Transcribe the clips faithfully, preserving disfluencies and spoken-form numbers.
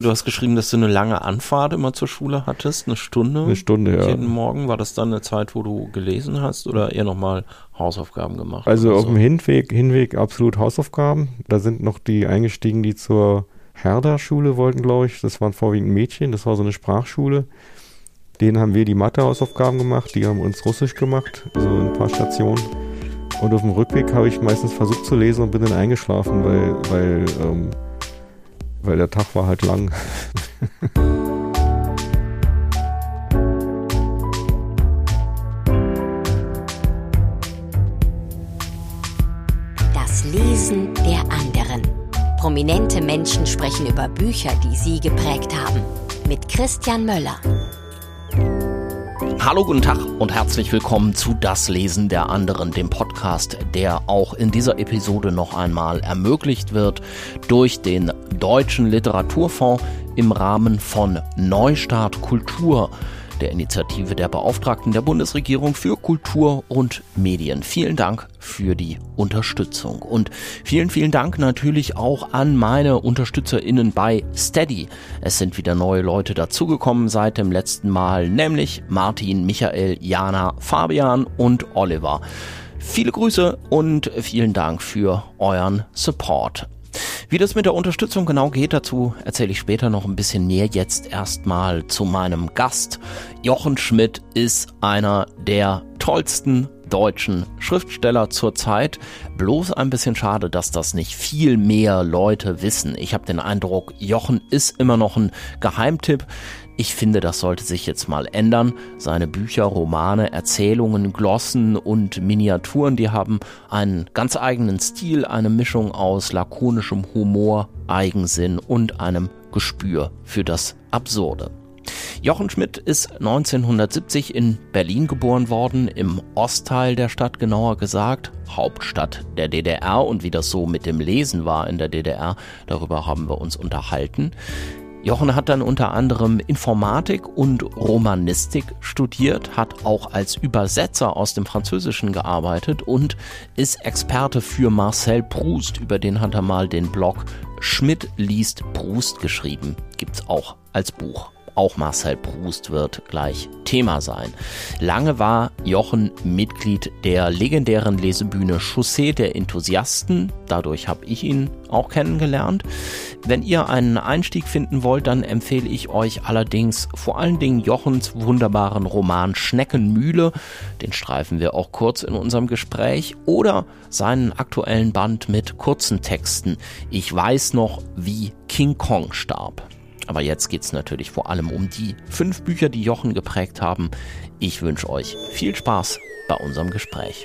Du hast geschrieben, dass du eine lange Anfahrt immer zur Schule hattest, eine Stunde. Eine Stunde, ja. Jeden Morgen. War das dann eine Zeit, wo du gelesen hast oder eher nochmal Hausaufgaben gemacht? Also auf so? dem Hinweg, Hinweg absolut Hausaufgaben. Da sind noch die eingestiegen, die zur Herder-Schule wollten, glaube ich. Das waren vorwiegend Mädchen, das war so eine Sprachschule. Denen haben wir die Mathe-Hausaufgaben gemacht, die haben uns Russisch gemacht, so ein paar Stationen. Und auf dem Rückweg habe ich meistens versucht zu lesen und bin dann eingeschlafen, weil, weil, ähm, weil der Tag war halt lang. Das Lesen der anderen. Prominente Menschen sprechen über Bücher, die sie geprägt haben. Mit Christian Möller. Hallo, guten Tag und herzlich willkommen zu Das Lesen der anderen, dem Podcast, der auch in dieser Episode noch einmal ermöglicht wird durch den Deutschen Literaturfonds im Rahmen von Neustart Kultur, der Initiative der Beauftragten der Bundesregierung für Kultur und Medien. Vielen Dank für die Unterstützung und vielen, vielen Dank natürlich auch an meine UnterstützerInnen bei Steady. Es sind wieder neue Leute dazugekommen seit dem letzten Mal, nämlich Martin, Michael, Jana, Fabian und Oliver. Viele Grüße und vielen Dank für euren Support. Wie das mit der Unterstützung genau geht, dazu erzähle ich später noch ein bisschen mehr. Jetzt erstmal zu meinem Gast. Jochen Schmidt ist einer der tollsten deutschen Schriftsteller zurzeit. Bloß ein bisschen schade, dass das nicht viel mehr Leute wissen. Ich habe den Eindruck, Jochen ist immer noch ein Geheimtipp. Ich finde, das sollte sich jetzt mal ändern. Seine Bücher, Romane, Erzählungen, Glossen und Miniaturen, die haben einen ganz eigenen Stil, eine Mischung aus lakonischem Humor, Eigensinn und einem Gespür für das Absurde. Jochen Schmidt ist neunzehnhundertsiebzig in Berlin geboren worden, im Ostteil der Stadt genauer gesagt, Hauptstadt der D D R, und wie das so mit dem Lesen war in der D D R, darüber haben wir uns unterhalten. Jochen hat dann unter anderem Informatik und Romanistik studiert, hat auch als Übersetzer aus dem Französischen gearbeitet und ist Experte für Marcel Proust. Über den hat er mal den Blog Schmidt liest Proust geschrieben. Gibt's auch als Buch. Auch Marcel Proust wird gleich Thema sein. Lange war Jochen Mitglied der legendären Lesebühne Chaussee der Enthusiasten. Dadurch habe ich ihn auch kennengelernt. Wenn ihr einen Einstieg finden wollt, dann empfehle ich euch allerdings vor allen Dingen Jochens wunderbaren Roman Schneckenmühle. Den streifen wir auch kurz in unserem Gespräch. Oder seinen aktuellen Band mit kurzen Texten. Ich weiß noch, wie King Kong starb. Aber jetzt geht's natürlich vor allem um die fünf Bücher, die Jochen geprägt haben. Ich wünsche euch viel Spaß bei unserem Gespräch.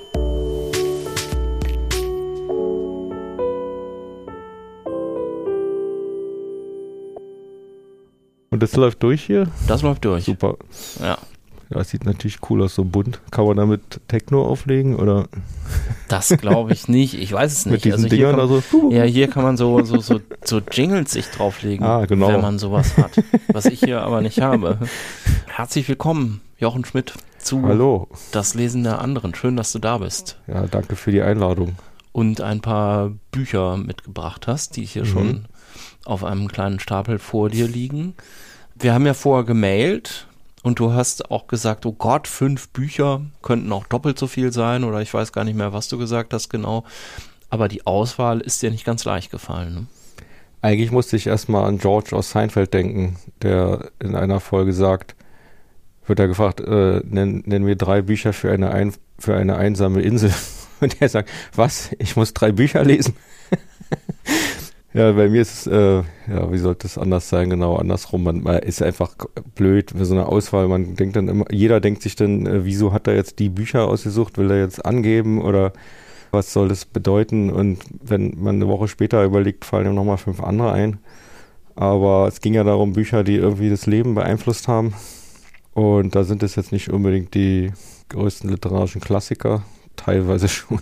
Und das läuft durch hier? Das läuft durch. Super. Ja. Ja, es sieht natürlich cool aus, so bunt. Kann man damit Techno auflegen, oder? Das glaube ich nicht. Ich weiß es nicht. Mit diesen also hier Dingern kann, also, uh. Ja, hier kann man so, so, so, so Jingles sich drauflegen, ah, genau. wenn man sowas hat. Was ich hier aber nicht habe. Herzlich willkommen, Jochen Schmidt, zu Hallo. Das Lesen der anderen. Schön, dass du da bist. Ja, danke für die Einladung. Und ein paar Bücher mitgebracht hast, die hier mhm. schon auf einem kleinen Stapel vor dir liegen. Wir haben ja vorher gemailt. Und du hast auch gesagt, oh Gott, fünf Bücher könnten auch doppelt so viel sein, oder ich weiß gar nicht mehr, was du gesagt hast genau. Aber die Auswahl ist dir nicht ganz leicht gefallen, ne? Eigentlich musste ich erstmal an George aus Seinfeld denken, der in einer Folge sagt, wird er gefragt, äh, nenn, nenn mir drei Bücher für eine, ein, für eine einsame Insel. Und er sagt, was? Ich muss drei Bücher lesen? Ja, bei mir ist es, äh, ja, wie sollte es anders sein, genau, andersrum. Man, man ist einfach blöd für so eine Auswahl. Man denkt dann immer, jeder denkt sich dann, äh, wieso hat er jetzt die Bücher ausgesucht? Will er jetzt angeben oder was soll das bedeuten? Und wenn man eine Woche später überlegt, fallen ihm nochmal fünf andere ein. Aber es ging ja darum, Bücher, die irgendwie das Leben beeinflusst haben. Und da sind es jetzt nicht unbedingt die größten literarischen Klassiker, teilweise schon,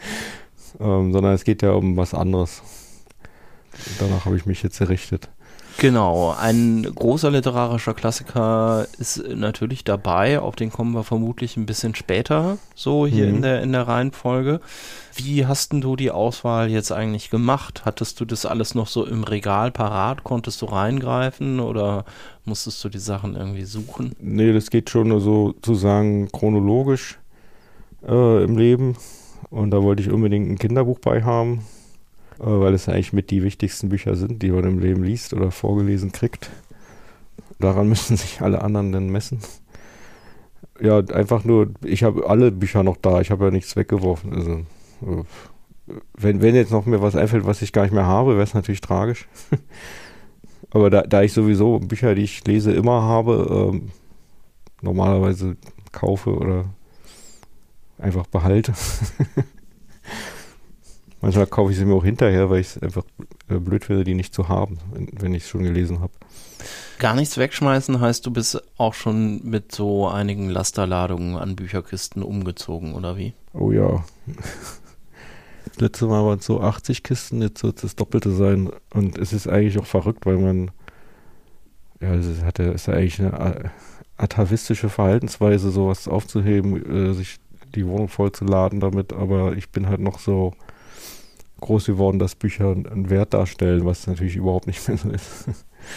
ähm, sondern es geht ja um was anderes. Danach habe ich mich jetzt errichtet. Genau, ein großer literarischer Klassiker ist natürlich dabei, auf den kommen wir vermutlich ein bisschen später, so hier mhm. in der in der Reihenfolge. Wie hast denn du die Auswahl jetzt eigentlich gemacht? Hattest du das alles noch so im Regal parat? Konntest du reingreifen oder musstest du die Sachen irgendwie suchen? Nee, das geht schon nur sozusagen chronologisch äh, im Leben. Und da wollte ich unbedingt ein Kinderbuch bei haben, äh, weil es eigentlich mit die wichtigsten Bücher sind, die man im Leben liest oder vorgelesen kriegt. Daran müssen sich alle anderen dann messen. Ja, einfach nur, ich habe alle Bücher noch da, ich habe ja nichts weggeworfen. Also, äh, wenn, wenn jetzt noch mir was einfällt, was ich gar nicht mehr habe, wäre es natürlich tragisch. Aber da, da ich sowieso Bücher, die ich lese, immer habe, ähm, normalerweise kaufe oder einfach behalte. Manchmal kaufe ich sie mir auch hinterher, weil ich es einfach äh, blöd finde, die nicht zu haben, wenn, wenn ich es schon gelesen habe. Gar nichts wegschmeißen heißt, du bist auch schon mit so einigen Lasterladungen an Bücherkisten umgezogen, oder wie? Oh ja. Das letzte Mal waren es so achtzig Kisten, jetzt wird es das Doppelte sein. Und es ist eigentlich auch verrückt, weil man, ja, es hat ja, ist ja eigentlich eine atavistische Verhaltensweise, sowas aufzuheben, äh, sich die Wohnung voll zu laden damit, aber ich bin halt noch so groß geworden, dass Bücher einen Wert darstellen, was natürlich überhaupt nicht mehr so ist.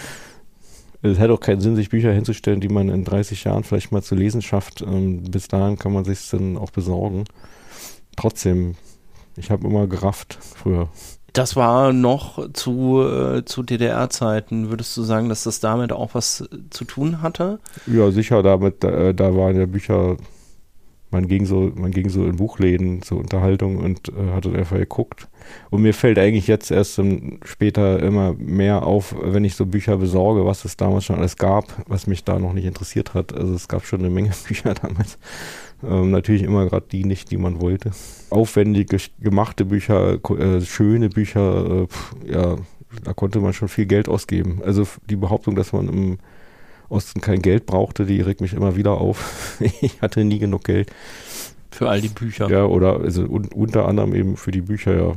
Es hat auch keinen Sinn, sich Bücher hinzustellen, die man in dreißig Jahren vielleicht mal zu lesen schafft. Ähm, bis dahin kann man sich es dann auch besorgen. Trotzdem, ich habe immer gerafft früher. Das war noch zu, äh, zu D D R-Zeiten. Würdest du sagen, dass das damit auch was zu tun hatte? Ja, sicher, damit, da, da waren ja Bücher, man ging so, man ging so in Buchläden zur Unterhaltung und äh, hat einfach geguckt. Und mir fällt eigentlich jetzt erst um, später immer mehr auf, wenn ich so Bücher besorge, was es damals schon alles gab, was mich da noch nicht interessiert hat. Also es gab schon eine Menge Bücher damals. Ähm, natürlich immer gerade die nicht, die man wollte. Aufwendige, gemachte Bücher, äh, schöne Bücher, äh, pf, ja, da konnte man schon viel Geld ausgeben. Also die Behauptung, dass man im Osten kein Geld brauchte, die regt mich immer wieder auf. Ich hatte nie genug Geld. Für all die Bücher. Ja, oder also un- unter anderem eben für die Bücher, ja.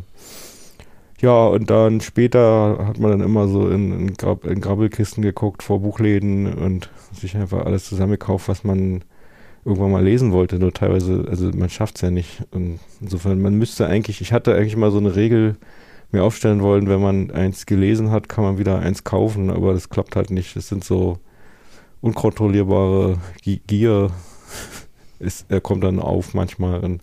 Ja, und dann später hat man dann immer so in, in, Grab- in Grabbelkisten geguckt vor Buchläden und sich einfach alles zusammengekauft, was man irgendwann mal lesen wollte. Nur teilweise, also man schafft es ja nicht. Und insofern, man müsste eigentlich, ich hatte eigentlich mal so eine Regel mir aufstellen wollen, wenn man eins gelesen hat, kann man wieder eins kaufen, aber das klappt halt nicht. Das sind so unkontrollierbare Gier, ist, er kommt dann auf manchmal und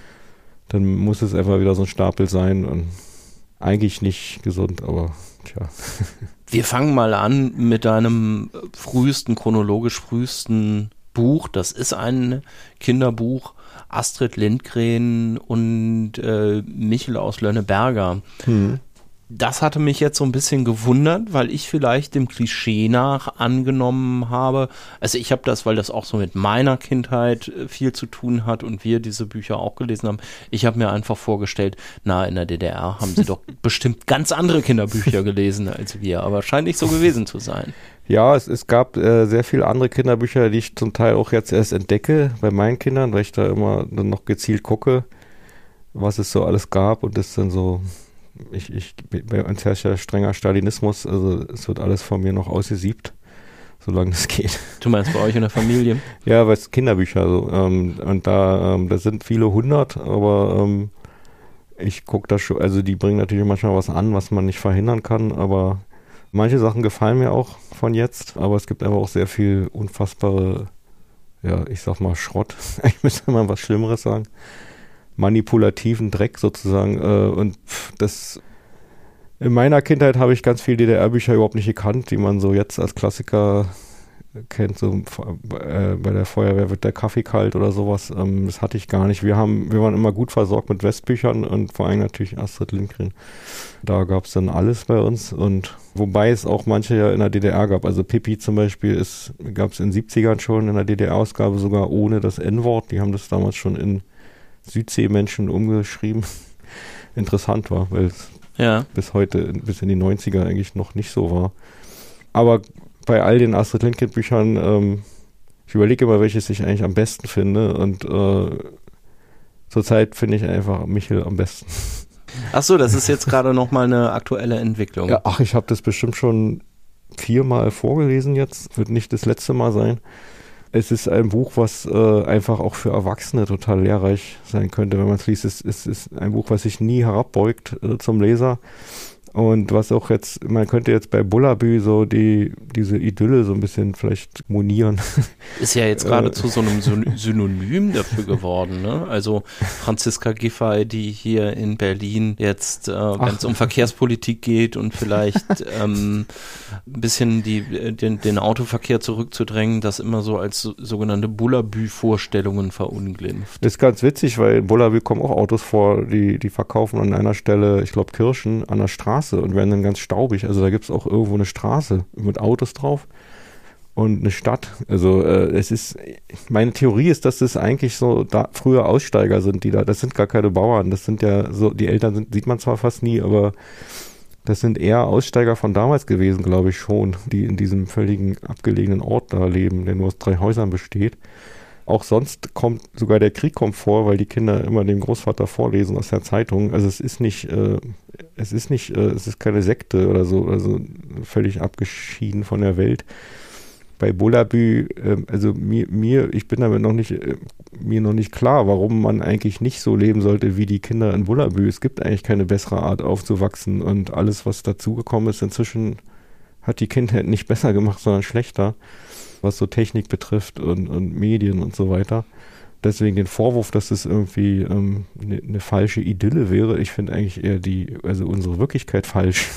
dann muss es einfach wieder so ein Stapel sein und eigentlich nicht gesund, aber tja. Wir fangen mal an mit deinem frühesten, chronologisch frühesten Buch. Das ist ein Kinderbuch, Astrid Lindgren und äh, Michel aus Lönneberger. Hm. Das hatte mich jetzt so ein bisschen gewundert, weil ich vielleicht dem Klischee nach angenommen habe. Also ich habe das, weil das auch so mit meiner Kindheit viel zu tun hat und wir diese Bücher auch gelesen haben. Ich habe mir einfach vorgestellt, na, in der D D R haben sie doch bestimmt ganz andere Kinderbücher gelesen als wir, aber scheint nicht so gewesen zu sein. Ja, es, es gab äh, sehr viele andere Kinderbücher, die ich zum Teil auch jetzt erst entdecke bei meinen Kindern, weil ich da immer dann noch gezielt gucke, was es so alles gab und das dann so... Ich, ich, bei uns herrscht ja strenger Stalinismus, also es wird alles von mir noch ausgesiebt, solange das geht. Du meinst bei euch in der Familie? Ja, weil es Kinderbücher, so, ähm, und da, ähm, da sind viele hundert, aber ähm, ich gucke da schon, also die bringen natürlich manchmal was an, was man nicht verhindern kann, aber manche Sachen gefallen mir auch von jetzt, aber es gibt aber auch sehr viel unfassbare, ja, ich sag mal Schrott, ich müsste mal was Schlimmeres sagen. Manipulativen Dreck sozusagen äh, und das in meiner Kindheit habe ich ganz viele D D R-Bücher überhaupt nicht gekannt, die man so jetzt als Klassiker kennt, so äh, bei der Feuerwehr wird der Kaffee kalt oder sowas, ähm, das hatte ich gar nicht. Wir haben, wir waren immer gut versorgt mit Westbüchern und vor allem natürlich Astrid Lindgren. Da gab es dann alles bei uns und wobei es auch manche ja in der D D R gab, also Pippi zum Beispiel gab es in den siebzigern schon in der D D R-Ausgabe sogar ohne das N-Wort, die haben das damals schon in Südseemenschen umgeschrieben. Interessant war, weil es ja. bis heute, bis in die neunziger eigentlich noch nicht so war. Aber bei all den Astrid Lindgren Büchern, ähm, ich überlege immer, welches ich eigentlich am besten finde und äh, zurzeit finde ich einfach Michel am besten. Ach so, das ist jetzt gerade nochmal eine aktuelle Entwicklung. Ja, ach, ich habe das bestimmt schon viermal vorgelesen jetzt, wird nicht das letzte Mal sein. Es ist ein Buch, was äh, einfach auch für Erwachsene total lehrreich sein könnte, wenn man es liest. Es, es ist ein Buch, was sich nie herabbeugt äh, zum Leser. Und was auch jetzt, man könnte jetzt bei Bullabü so die diese Idylle so ein bisschen vielleicht monieren. Ist ja jetzt gerade zu so einem Synonym dafür geworden, ne? Also Franziska Giffey, die hier in Berlin jetzt, äh, wenn es um Verkehrspolitik geht und vielleicht ähm, ein bisschen die, den, den Autoverkehr zurückzudrängen, das immer so als so, sogenannte Bullabü-Vorstellungen verunglimpft. Das ist ganz witzig, weil in Bullabü kommen auch Autos vor, die, die verkaufen an einer Stelle, ich glaube Kirschen, an der Straße und werden dann ganz staubig. Also da gibt es auch irgendwo eine Straße mit Autos drauf und eine Stadt. Also äh, es ist, meine Theorie ist, dass das eigentlich so da früher Aussteiger sind, die da, das sind gar keine Bauern, das sind ja so, die Eltern sind, sieht man zwar fast nie, aber das sind eher Aussteiger von damals gewesen, glaube ich schon, die in diesem völligen abgelegenen Ort da leben, der nur aus drei Häusern besteht. Auch sonst kommt, sogar der Krieg kommt vor, weil die Kinder immer dem Großvater vorlesen aus der Zeitung. Also es ist nicht, äh, es ist nicht, äh, es ist keine Sekte oder so, also völlig abgeschieden von der Welt. Bei Bullabü, äh, also mir, mir, ich bin damit noch nicht, äh, mir noch nicht klar, warum man eigentlich nicht so leben sollte wie die Kinder in Bullabü. Es gibt eigentlich keine bessere Art aufzuwachsen und alles, was dazugekommen ist, inzwischen hat die Kindheit nicht besser gemacht, sondern schlechter, was so Technik betrifft und, und Medien und so weiter. Deswegen den Vorwurf, dass es irgendwie ähm, eine, eine falsche Idylle wäre. Ich finde eigentlich eher die, also unsere Wirklichkeit falsch.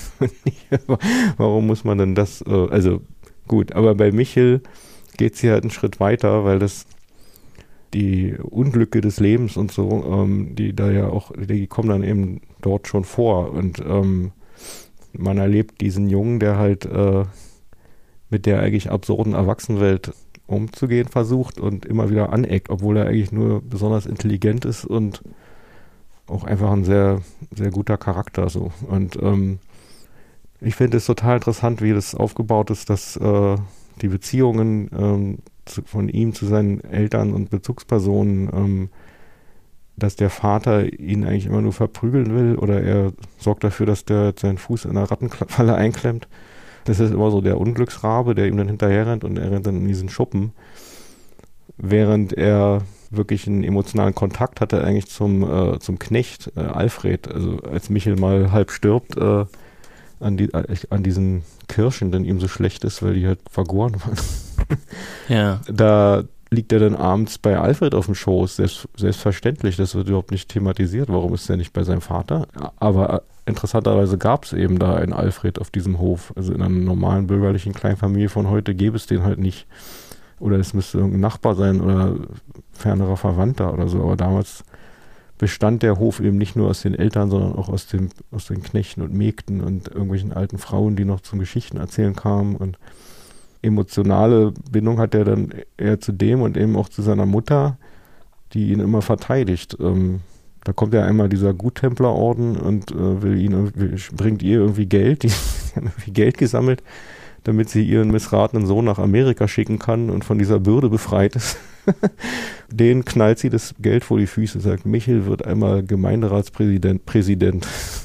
Warum muss man denn das, äh, also gut, aber bei Michel geht es hier halt einen Schritt weiter, weil das die Unglücke des Lebens und so, ähm, die da ja auch, die kommen dann eben dort schon vor und ähm, man erlebt diesen Jungen, der halt äh, mit der eigentlich absurden Erwachsenenwelt umzugehen versucht und immer wieder aneckt, obwohl er eigentlich nur besonders intelligent ist und auch einfach ein sehr, sehr guter Charakter so. Und ähm, ich finde es total interessant, wie das aufgebaut ist, dass äh, die Beziehungen ähm, zu, von ihm zu seinen Eltern und Bezugspersonen, ähm, dass der Vater ihn eigentlich immer nur verprügeln will oder er sorgt dafür, dass der seinen Fuß in einer Rattenfalle einklemmt. Das ist immer so der Unglücksrabe, der ihm dann hinterher rennt und er rennt dann in diesen Schuppen. Während er wirklich einen emotionalen Kontakt hatte eigentlich zum, äh, zum Knecht, äh, Alfred. Also als Michel mal halb stirbt äh, an, die, äh, an diesen Kirschen, denn ihm so schlecht ist, weil die halt vergoren waren. Ja. Da liegt er dann abends bei Alfred auf dem Schoß, selbst, selbstverständlich, das wird überhaupt nicht thematisiert, warum ist er nicht bei seinem Vater, aber interessanterweise gab es eben da einen Alfred auf diesem Hof, also in einer normalen bürgerlichen Kleinfamilie von heute gäbe es den halt nicht, oder es müsste irgendein Nachbar sein oder fernerer Verwandter oder so, aber damals bestand der Hof eben nicht nur aus den Eltern, sondern auch aus, dem, aus den Knechten und Mägden und irgendwelchen alten Frauen, die noch zum Geschichten erzählen kamen und emotionale Bindung hat er dann eher zu dem und eben auch zu seiner Mutter, die ihn immer verteidigt. Ähm, da kommt ja einmal dieser Guttemplerorden und äh, will ihn will, bringt ihr irgendwie Geld, die haben irgendwie Geld gesammelt, damit sie ihren missratenen Sohn nach Amerika schicken kann und von dieser Bürde befreit ist. Den knallt sie das Geld vor die Füße, sagt, Michel wird einmal Gemeinderatspräsident. Präsident.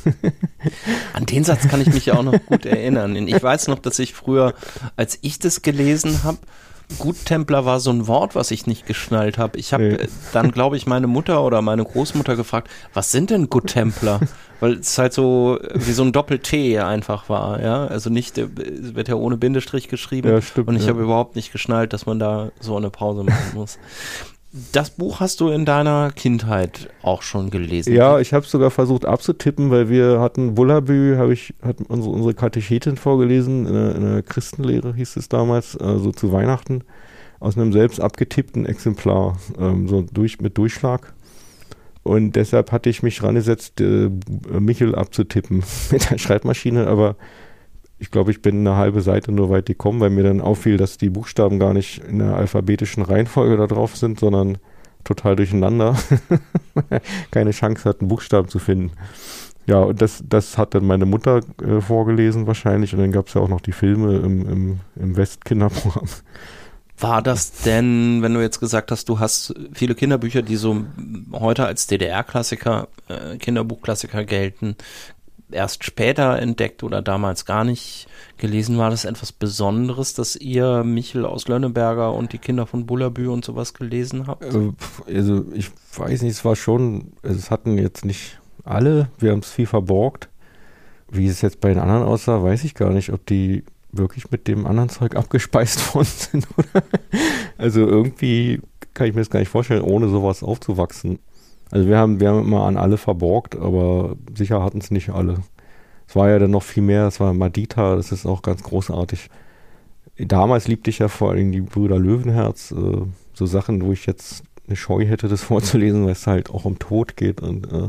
An den Satz kann ich mich ja auch noch gut erinnern. Ich weiß noch, dass ich früher, als ich das gelesen habe, Guttempler war so ein Wort, was ich nicht geschnallt habe. Ich habe nee. dann, glaube ich, meine Mutter oder meine Großmutter gefragt, was sind denn Guttempler? Weil es halt so wie so ein Doppel-T einfach war, ja. Also nicht, es wird ja ohne Bindestrich geschrieben. Ja, stimmt, und ich ja. habe überhaupt nicht geschnallt, dass man da so eine Pause machen muss. Das Buch hast du in deiner Kindheit auch schon gelesen? Ja, ich habe es sogar versucht abzutippen, weil wir hatten Bullabü, habe ich, hat unsere, unsere Katechetin vorgelesen, in der, in der Christenlehre hieß es damals, also zu Weihnachten, aus einem selbst abgetippten Exemplar, ähm, so durch, mit Durchschlag. Und deshalb hatte ich mich rangesetzt, äh, Michel abzutippen mit der Schreibmaschine, aber ich glaube, ich bin eine halbe Seite nur weit gekommen, weil mir dann auffiel, dass die Buchstaben gar nicht in der alphabetischen Reihenfolge da drauf sind, sondern total durcheinander. Keine Chance hat, einen Buchstaben zu finden. Ja, und das, das hat dann meine Mutter äh, vorgelesen wahrscheinlich und dann gab es ja auch noch die Filme im, im, im Westkinderprogramm. War das denn, wenn du jetzt gesagt hast, du hast viele Kinderbücher, die so heute als D D R-Klassiker, äh, Kinderbuchklassiker gelten, erst später entdeckt oder damals gar nicht gelesen. War das etwas Besonderes, dass ihr Michel aus Lönneberger und die Kinder von Bullabü und sowas gelesen habt? Also ich weiß nicht, es war schon, es hatten jetzt nicht alle, wir haben es viel verborgt. Wie es jetzt bei den anderen aussah, weiß ich gar nicht, ob die wirklich mit dem anderen Zeug abgespeist worden sind. Oder? Also irgendwie kann ich mir das gar nicht vorstellen, ohne sowas aufzuwachsen. Also wir haben, wir haben immer an alle verborgt, aber sicher hatten es nicht alle. Es war ja dann noch viel mehr, es war Madita, das ist auch ganz großartig. Damals liebte ich ja vor allem die Brüder Löwenherz, äh, so Sachen, wo ich jetzt eine Scheu hätte, das vorzulesen, weil es halt auch um Tod geht und äh,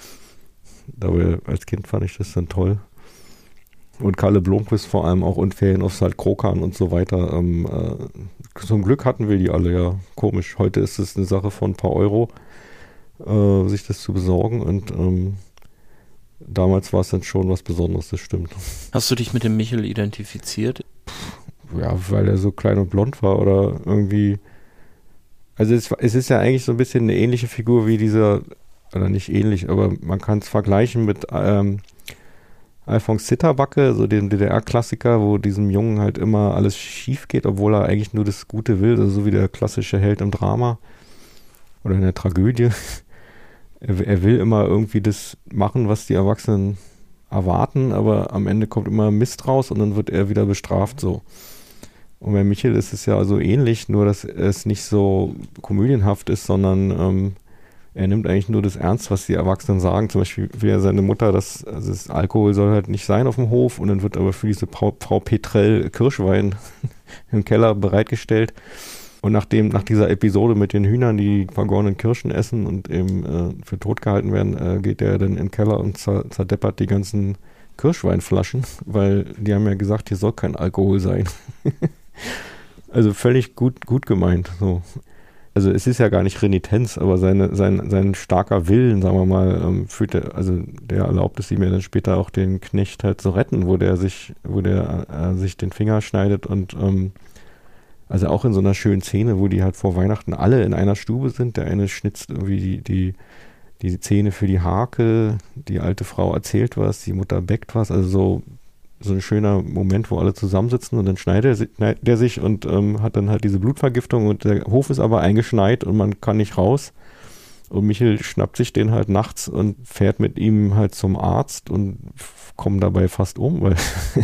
dabei als Kind fand ich das dann toll. Und Kalle Blomqvist vor allem auch und Ferienaufs halt Krokan und so weiter. Ähm, äh, zum Glück hatten wir die alle, ja. Komisch. Heute ist es eine Sache von ein paar Euro, äh, sich das zu besorgen und ähm, damals war es dann schon was Besonderes, das stimmt. Hast du dich mit dem Michel identifiziert? Ja, weil er so klein und blond war oder irgendwie. Also es, es ist ja eigentlich so ein bisschen eine ähnliche Figur wie dieser, oder nicht ähnlich, aber man kann es vergleichen mit ähm, Alfons Zitterbacke, so dem D D R-Klassiker, wo diesem Jungen halt immer alles schief geht, obwohl er eigentlich nur das Gute will, also so wie der klassische Held im Drama oder in der Tragödie. Er, er will immer irgendwie das machen, was die Erwachsenen erwarten, aber am Ende kommt immer Mist raus und dann wird er wieder bestraft so. Und bei Michel ist es ja so ähnlich, nur dass es nicht so komödienhaft ist, sondern ähm, er nimmt eigentlich nur das ernst, was die Erwachsenen sagen. Zum Beispiel will ja seine Mutter, dass also das Alkohol soll halt nicht sein auf dem Hof und dann wird aber für diese Frau, Frau Petrell Kirschwein im Keller bereitgestellt. Und nachdem, nach dieser Episode mit den Hühnern, die vergorenen Kirschen essen und eben äh, für tot gehalten werden, äh, geht er dann in den Keller und zer- zerdeppert die ganzen Kirschweinflaschen, weil die haben ja gesagt, hier soll kein Alkohol sein. Also völlig gut, gut gemeint. So. Also es ist ja gar nicht Renitenz, aber seine, sein, sein starker Willen, sagen wir mal, ähm, führt er, also der erlaubt es ihm ja dann später auch den Knecht halt zu retten, wo der sich, wo der äh, sich den Finger schneidet und ähm, also auch in so einer schönen Szene, wo die halt vor Weihnachten alle in einer Stube sind. Der eine schnitzt irgendwie die, die, die Zähne für die Hake, die alte Frau erzählt was, die Mutter bäckt was, also so so ein schöner Moment, wo alle zusammensitzen und dann schneidet er sich und ähm, hat dann halt diese Blutvergiftung und der Hof ist aber eingeschneit und man kann nicht raus. Und Michel schnappt sich den halt nachts und fährt mit ihm halt zum Arzt und f- kommt dabei fast um, weil,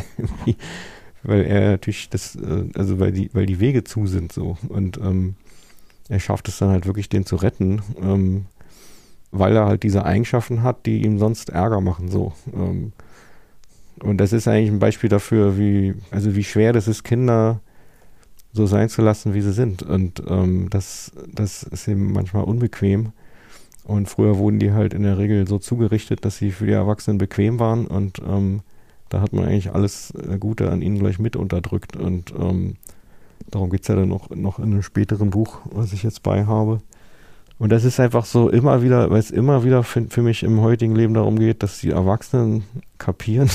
weil er natürlich das, äh, also weil die, weil die Wege zu sind so. Und ähm, er schafft es dann halt wirklich, den zu retten, ähm, weil er halt diese Eigenschaften hat, die ihm sonst Ärger machen so. Ähm, Und das ist eigentlich ein Beispiel dafür, wie, also wie schwer das ist, Kinder so sein zu lassen, wie sie sind. Und ähm, das, das ist eben manchmal unbequem. Und früher wurden die halt in der Regel so zugerichtet, dass sie für die Erwachsenen bequem waren. Und ähm, da hat man eigentlich alles Gute an ihnen gleich mit unterdrückt. Und ähm, darum geht es ja dann noch, noch in einem späteren Buch, was ich jetzt bei habe. Und das ist einfach so immer wieder, weil es immer wieder für, für mich im heutigen Leben darum geht, dass die Erwachsenen kapieren,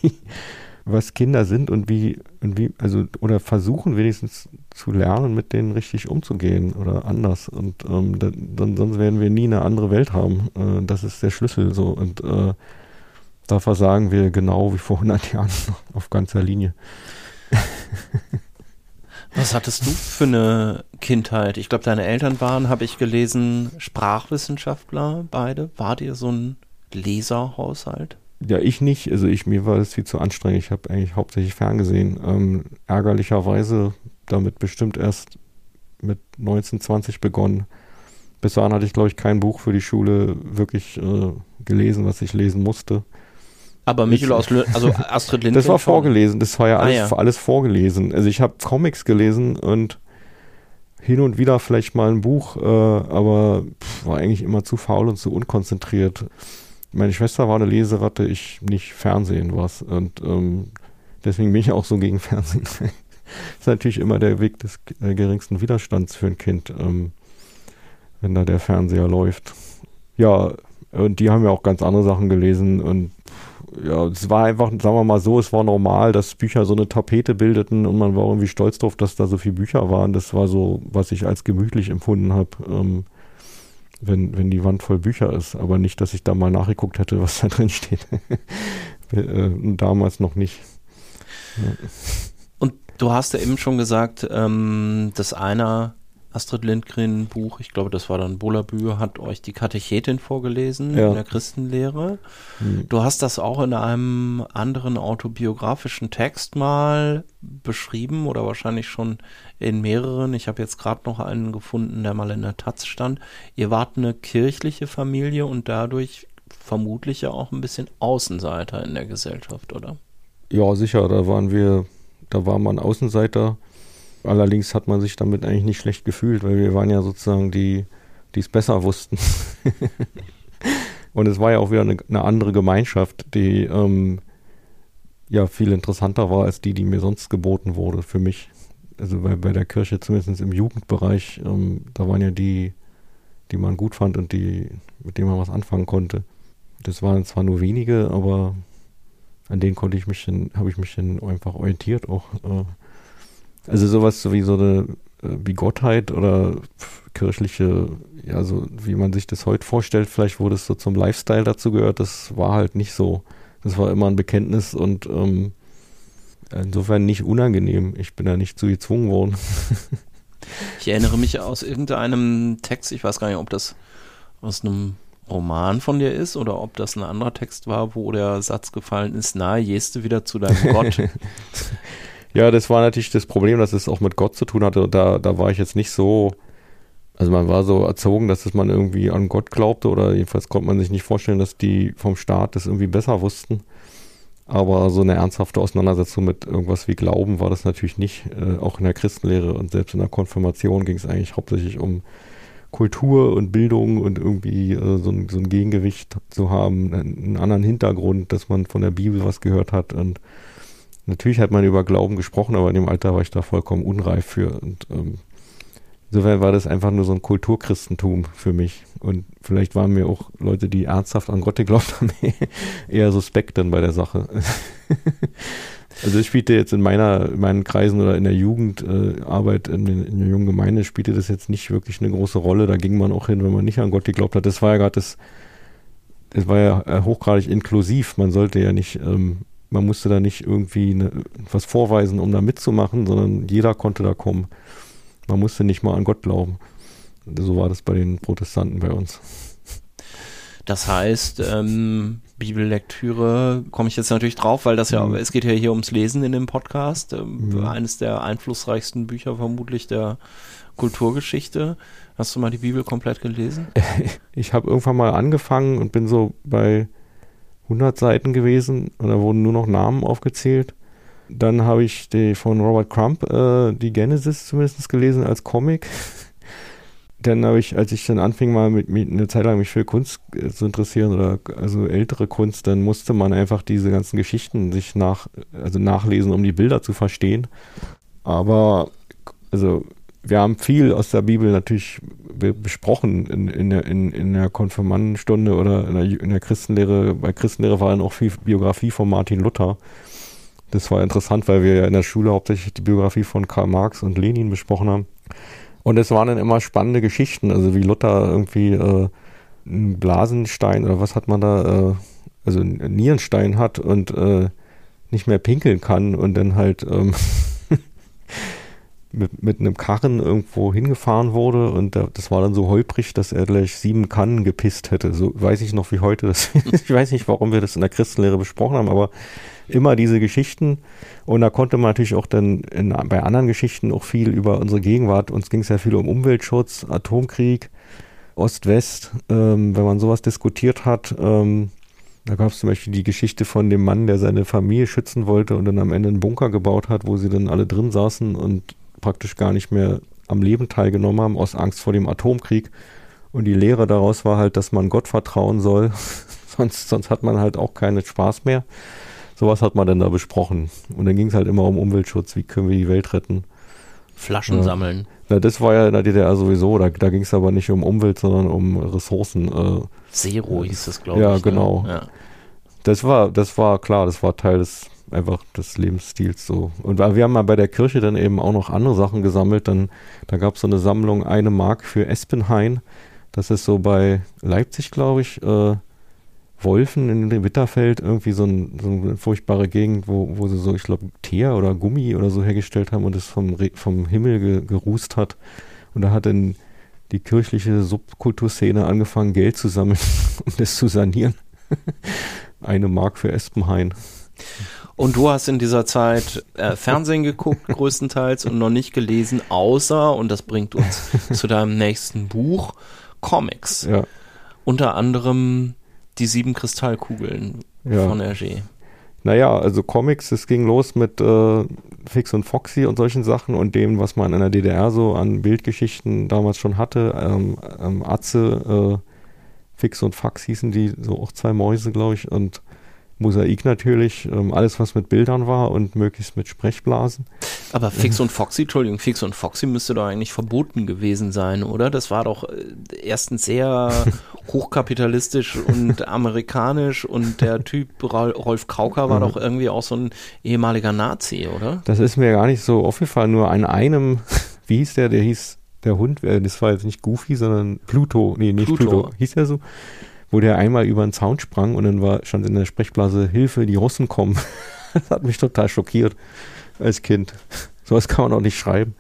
was Kinder sind und wie, und wie, also, oder versuchen wenigstens zu lernen, mit denen richtig umzugehen oder anders. Und ähm, dann, sonst werden wir nie eine andere Welt haben. Äh, das ist der Schlüssel so. Und äh, da versagen wir genau wie vor hundert Jahren auf ganzer Linie. Was hattest du für eine Kindheit? Ich glaube, deine Eltern waren, habe ich gelesen, Sprachwissenschaftler, beide. Wart ihr so ein Leserhaushalt? Ja, ich nicht. Also ich, mir war das viel zu anstrengend. Ich habe eigentlich hauptsächlich ferngesehen. Ähm, ärgerlicherweise damit bestimmt erst mit neunzehn, zwanzig begonnen. Bis dahin hatte ich, glaube ich, kein Buch für die Schule wirklich äh, gelesen, was ich lesen musste. Aber Michel aus, Lö- also Astrid Lindgren. Das war vorgelesen, das war ja alles, ah, ja. alles vorgelesen. Also ich habe Comics gelesen und hin und wieder vielleicht mal ein Buch, äh, aber pff, war eigentlich immer zu faul und zu unkonzentriert. Meine Schwester war eine Leseratte, ich nicht. Fernsehen was. Und ähm, deswegen bin ich auch so gegen Fernsehen. Das ist natürlich immer der Weg des äh, geringsten Widerstands für ein Kind, ähm, wenn da der Fernseher läuft. Ja, und die haben ja auch ganz andere Sachen gelesen und ja, es war einfach, sagen wir mal so, es war normal, dass Bücher so eine Tapete bildeten und man war irgendwie stolz drauf, dass da so viele Bücher waren. Das war so, was ich als gemütlich empfunden habe. Ähm, wenn, wenn die Wand voll Bücher ist, aber nicht, dass ich da mal nachgeguckt hätte, was da drin steht. äh, damals noch nicht. Ja. Und du hast ja eben schon gesagt, ähm, dass einer Astrid Lindgren Buch, ich glaube, das war dann Bullabü, hat euch die Katechetin vorgelesen ja. in der Christenlehre. Hm. Du hast das auch in einem anderen autobiografischen Text mal beschrieben oder wahrscheinlich schon in mehreren. Ich habe jetzt gerade noch einen gefunden, der mal in der Taz stand. Ihr wart eine kirchliche Familie und dadurch vermutlich ja auch ein bisschen Außenseiter in der Gesellschaft, oder? Ja, sicher, da waren wir, da war man Außenseiter. Allerdings hat man sich damit eigentlich nicht schlecht gefühlt, weil wir waren ja sozusagen die, die es besser wussten. Und es war ja auch wieder eine, eine andere Gemeinschaft, die ähm, ja viel interessanter war als die, die mir sonst geboten wurde für mich. Also bei, bei der Kirche, zumindest im Jugendbereich, ähm, da waren ja die, die man gut fand und die, mit denen man was anfangen konnte. Das waren zwar nur wenige, aber an denen konnte ich mich dann, habe ich mich dann einfach orientiert auch. Äh, Also sowas so wie so eine wie Gottheit oder kirchliche, ja, so wie man sich das heute vorstellt, vielleicht wurde es so zum Lifestyle dazu gehört, das war halt nicht so. Das war immer ein Bekenntnis und ähm, insofern nicht unangenehm. Ich bin da nicht zu gezwungen worden. Ich erinnere mich aus irgendeinem Text, ich weiß gar nicht, ob das aus einem Roman von dir ist oder ob das ein anderer Text war, wo der Satz gefallen ist, nahe gehst du wieder zu deinem Gott. Ja, das war natürlich das Problem, dass es auch mit Gott zu tun hatte. Da, da war ich jetzt nicht so, also man war so erzogen, dass es man irgendwie an Gott glaubte oder jedenfalls konnte man sich nicht vorstellen, dass die vom Staat das irgendwie besser wussten. Aber so eine ernsthafte Auseinandersetzung mit irgendwas wie Glauben war das natürlich nicht. Äh, auch in der Christenlehre und selbst in der Konfirmation ging es eigentlich hauptsächlich um Kultur und Bildung und irgendwie äh, so, ein, so ein Gegengewicht zu haben, einen anderen Hintergrund, dass man von der Bibel was gehört hat und natürlich hat man über Glauben gesprochen, aber in dem Alter war ich da vollkommen unreif für. Und ähm, insofern war das einfach nur so ein Kulturchristentum für mich. Und vielleicht waren mir auch Leute, die ernsthaft an Gott geglaubt haben, eher suspekt dann bei der Sache. Also es spielte jetzt in meiner, in meinen Kreisen oder in der Jugendarbeit, äh, in, in der jungen Gemeinde, spielte das jetzt nicht wirklich eine große Rolle. Da ging man auch hin, wenn man nicht an Gott geglaubt hat. Das war ja gerade das, das war ja hochgradig inklusiv. Man sollte ja nicht... Ähm, Man musste da nicht irgendwie eine, was vorweisen, um da mitzumachen, sondern jeder konnte da kommen. Man musste nicht mal an Gott glauben. So war das bei den Protestanten bei uns. Das heißt, ähm, Bibellektüre komme ich jetzt natürlich drauf, weil das ja, mhm. es geht ja hier ums Lesen in dem Podcast. Ähm, mhm. Eines der einflussreichsten Bücher vermutlich der Kulturgeschichte. Hast du mal die Bibel komplett gelesen? Ich habe irgendwann mal angefangen und bin so bei hundert Seiten gewesen und da wurden nur noch Namen aufgezählt. Dann habe ich die von Robert Crumb, äh, die Genesis zumindest gelesen als Comic. Dann habe ich, als ich dann anfing mal mit, mit eine Zeit lang mich für Kunst äh, zu interessieren oder also ältere Kunst, dann musste man einfach diese ganzen Geschichten sich nach, also nachlesen, um die Bilder zu verstehen. Aber also wir haben viel aus der Bibel natürlich be- besprochen in, in, der, in, in der Konfirmandenstunde oder in der, in der Christenlehre. Bei Christenlehre war dann auch viel Biografie von Martin Luther. Das war interessant, weil wir ja in der Schule hauptsächlich die Biografie von Karl Marx und Lenin besprochen haben. Und es waren dann immer spannende Geschichten, also wie Luther irgendwie äh, einen Blasenstein oder was hat man da, äh, also einen Nierenstein hat und äh, nicht mehr pinkeln kann und dann halt ähm, Mit, mit einem Karren irgendwo hingefahren wurde und da, das war dann so holprig, dass er gleich sieben Kannen gepisst hätte. So weiß ich noch wie heute. Das, ich weiß nicht, warum wir das in der Christenlehre besprochen haben, aber immer diese Geschichten. Und da konnte man natürlich auch dann in, bei anderen Geschichten auch viel über unsere Gegenwart. Uns ging es ja viel um Umweltschutz, Atomkrieg, Ost-West. Ähm, wenn man sowas diskutiert hat, ähm, da gab es zum Beispiel die Geschichte von dem Mann, der seine Familie schützen wollte und dann am Ende einen Bunker gebaut hat, wo sie dann alle drin saßen und praktisch gar nicht mehr am Leben teilgenommen haben, aus Angst vor dem Atomkrieg. Und die Lehre daraus war halt, dass man Gott vertrauen soll, sonst, sonst hat man halt auch keinen Spaß mehr. Sowas hat man dann da besprochen. Und dann ging es halt immer um Umweltschutz, wie können wir die Welt retten. Flaschen ja. sammeln. Na, das war ja in der D D R sowieso, da, da ging es aber nicht um Umwelt, sondern um Ressourcen. Äh, Zero hieß das, glaube ja, ich. Genau. Ne? Ja, genau. Das war, das war klar, das war Teil des einfach des Lebensstils so. Und wir haben mal bei der Kirche dann eben auch noch andere Sachen gesammelt. Dann, da gab es so eine Sammlung, eine Mark für Espenhain. Das ist so bei Leipzig, glaube ich, äh, Wolfen in dem Witterfeld, irgendwie so, ein, so eine furchtbare Gegend, wo, wo sie so, ich glaube, Teer oder Gummi oder so hergestellt haben und es vom, Re- vom Himmel ge- gerußt hat. Und da hat dann die kirchliche Subkulturszene angefangen, Geld zu sammeln, um das zu sanieren. Eine Mark für Espenhain. Und du hast in dieser Zeit äh, Fernsehen geguckt, größtenteils, und noch nicht gelesen, außer, und das bringt uns zu deinem nächsten Buch, Comics. Ja. Unter anderem die sieben Kristallkugeln Ja. von Hergé. Naja, also Comics, es ging los mit äh, Fix und Foxy und solchen Sachen und dem, was man in der D D R so an Bildgeschichten damals schon hatte. Ähm, ähm, Atze, äh, Fix und Fax hießen die, so auch zwei Mäuse, glaube ich, und Mosaik natürlich, ähm, alles was mit Bildern war und möglichst mit Sprechblasen. Aber Fix und Foxy, Entschuldigung, Fix und Foxy müsste doch eigentlich verboten gewesen sein, oder? Das war doch äh, erstens sehr hochkapitalistisch und amerikanisch und der Typ Rol- Rolf Krauker war Mhm. doch irgendwie auch so ein ehemaliger Nazi, oder? Das ist mir gar nicht so aufgefallen, nur an einem, wie hieß der, der hieß der Hund, äh, das war jetzt nicht Goofy, sondern Pluto, nee, nicht Pluto. Pluto, hieß der so? Wo der einmal über den Zaun sprang und dann war, stand in der Sprechblase, Hilfe, die Russen kommen. Das hat mich total schockiert als Kind. Sowas kann man auch nicht schreiben.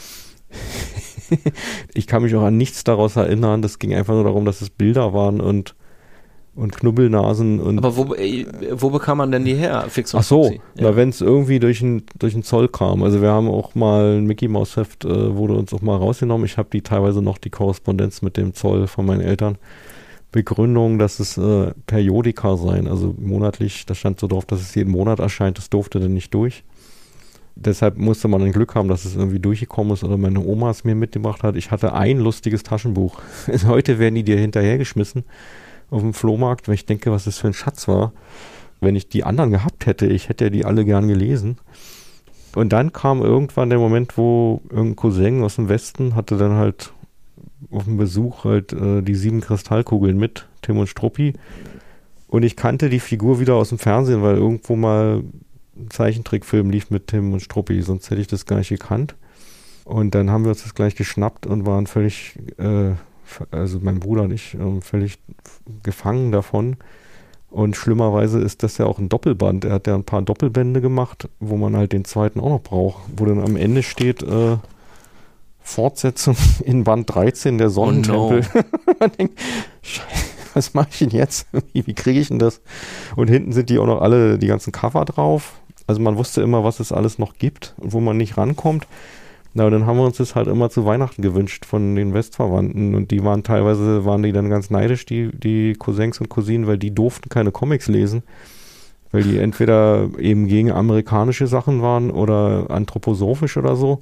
Ich kann mich auch an nichts daraus erinnern. Das ging einfach nur darum, dass es Bilder waren und, und Knubbelnasen. Und Aber wo, äh, wo bekam man denn die her, Fix und ach so, Foxy? na, wenn es irgendwie durch den durch den Zoll kam. Also wir haben auch mal ein Mickey Maus Heft, äh, wurde uns auch mal rausgenommen. Ich habe die teilweise noch die Korrespondenz mit dem Zoll von meinen Eltern. Begründung, dass es äh, Periodika seien, also monatlich, da stand so drauf, dass es jeden Monat erscheint, das durfte dann nicht durch. Deshalb musste man ein Glück haben, dass es irgendwie durchgekommen ist oder meine Oma es mir mitgebracht hat. Ich hatte ein lustiges Taschenbuch. Heute werden die dir hinterhergeschmissen auf dem Flohmarkt, weil ich denke, was das für ein Schatz war. Wenn ich die anderen gehabt hätte, ich hätte ja die alle gern gelesen. Und dann kam irgendwann der Moment, wo irgendein Cousin aus dem Westen hatte dann halt auf dem Besuch halt äh, die sieben Kristallkugeln mit, Tim und Struppi. Und ich kannte die Figur wieder aus dem Fernsehen, weil irgendwo mal ein Zeichentrickfilm lief mit Tim und Struppi, sonst hätte ich das gar nicht gekannt. Und dann haben wir uns das gleich geschnappt und waren völlig, äh, also mein Bruder und ich, äh, völlig gefangen davon. Und schlimmerweise ist das ja auch ein Doppelband. Er hat ja ein paar Doppelbände gemacht, wo man halt den zweiten auch noch braucht, wo dann am Ende steht, äh, Fortsetzung in Band dreizehn, der Sonnentempel. Oh no. Man denkt, Scheiße, was mache ich denn jetzt? Wie, wie kriege ich denn das? Und hinten sind die auch noch alle, die ganzen Cover drauf. Also man wusste immer, was es alles noch gibt und wo man nicht rankommt. Na, und dann haben wir uns das halt immer zu Weihnachten gewünscht von den Westverwandten. Und die waren teilweise, waren die dann ganz neidisch, die, die Cousins und Cousinen, weil die durften keine Comics lesen. Weil die entweder eben gegen amerikanische Sachen waren oder anthroposophisch oder so.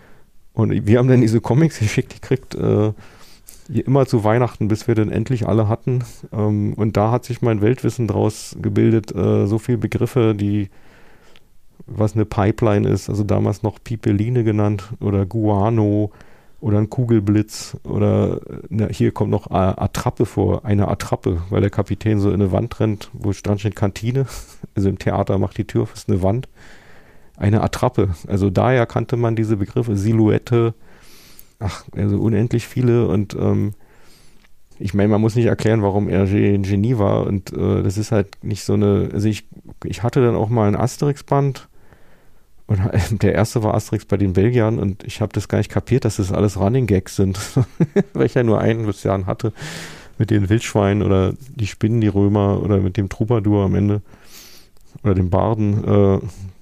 Und wir haben dann diese Comics geschickt gekriegt, äh, immer zu Weihnachten, bis wir dann endlich alle hatten. Ähm, und da hat sich mein Weltwissen draus gebildet, äh, so viele Begriffe, die, was eine Pipeline ist, also damals noch Pipeline genannt oder Guano oder ein Kugelblitz oder na, hier kommt noch äh, Attrappe vor, eine Attrappe, weil der Kapitän so in eine Wand rennt, wo stand steht Kantine, also im Theater macht die Tür auf, ist eine Wand. Eine Attrappe. Also daher kannte man diese Begriffe, Silhouette, ach, also unendlich viele und ähm, ich meine, man muss nicht erklären, warum Hergé ein Genie war und äh, das ist halt nicht so eine, also ich, ich hatte dann auch mal ein Asterix-Band und der erste war Asterix bei den Belgiern und ich habe das gar nicht kapiert, dass das alles Running Gags sind, weil ich ja nur einen bis Jahren hatte mit den Wildschweinen oder die Spinnen, die Römer oder mit dem Troubadour am Ende oder dem Barden, äh,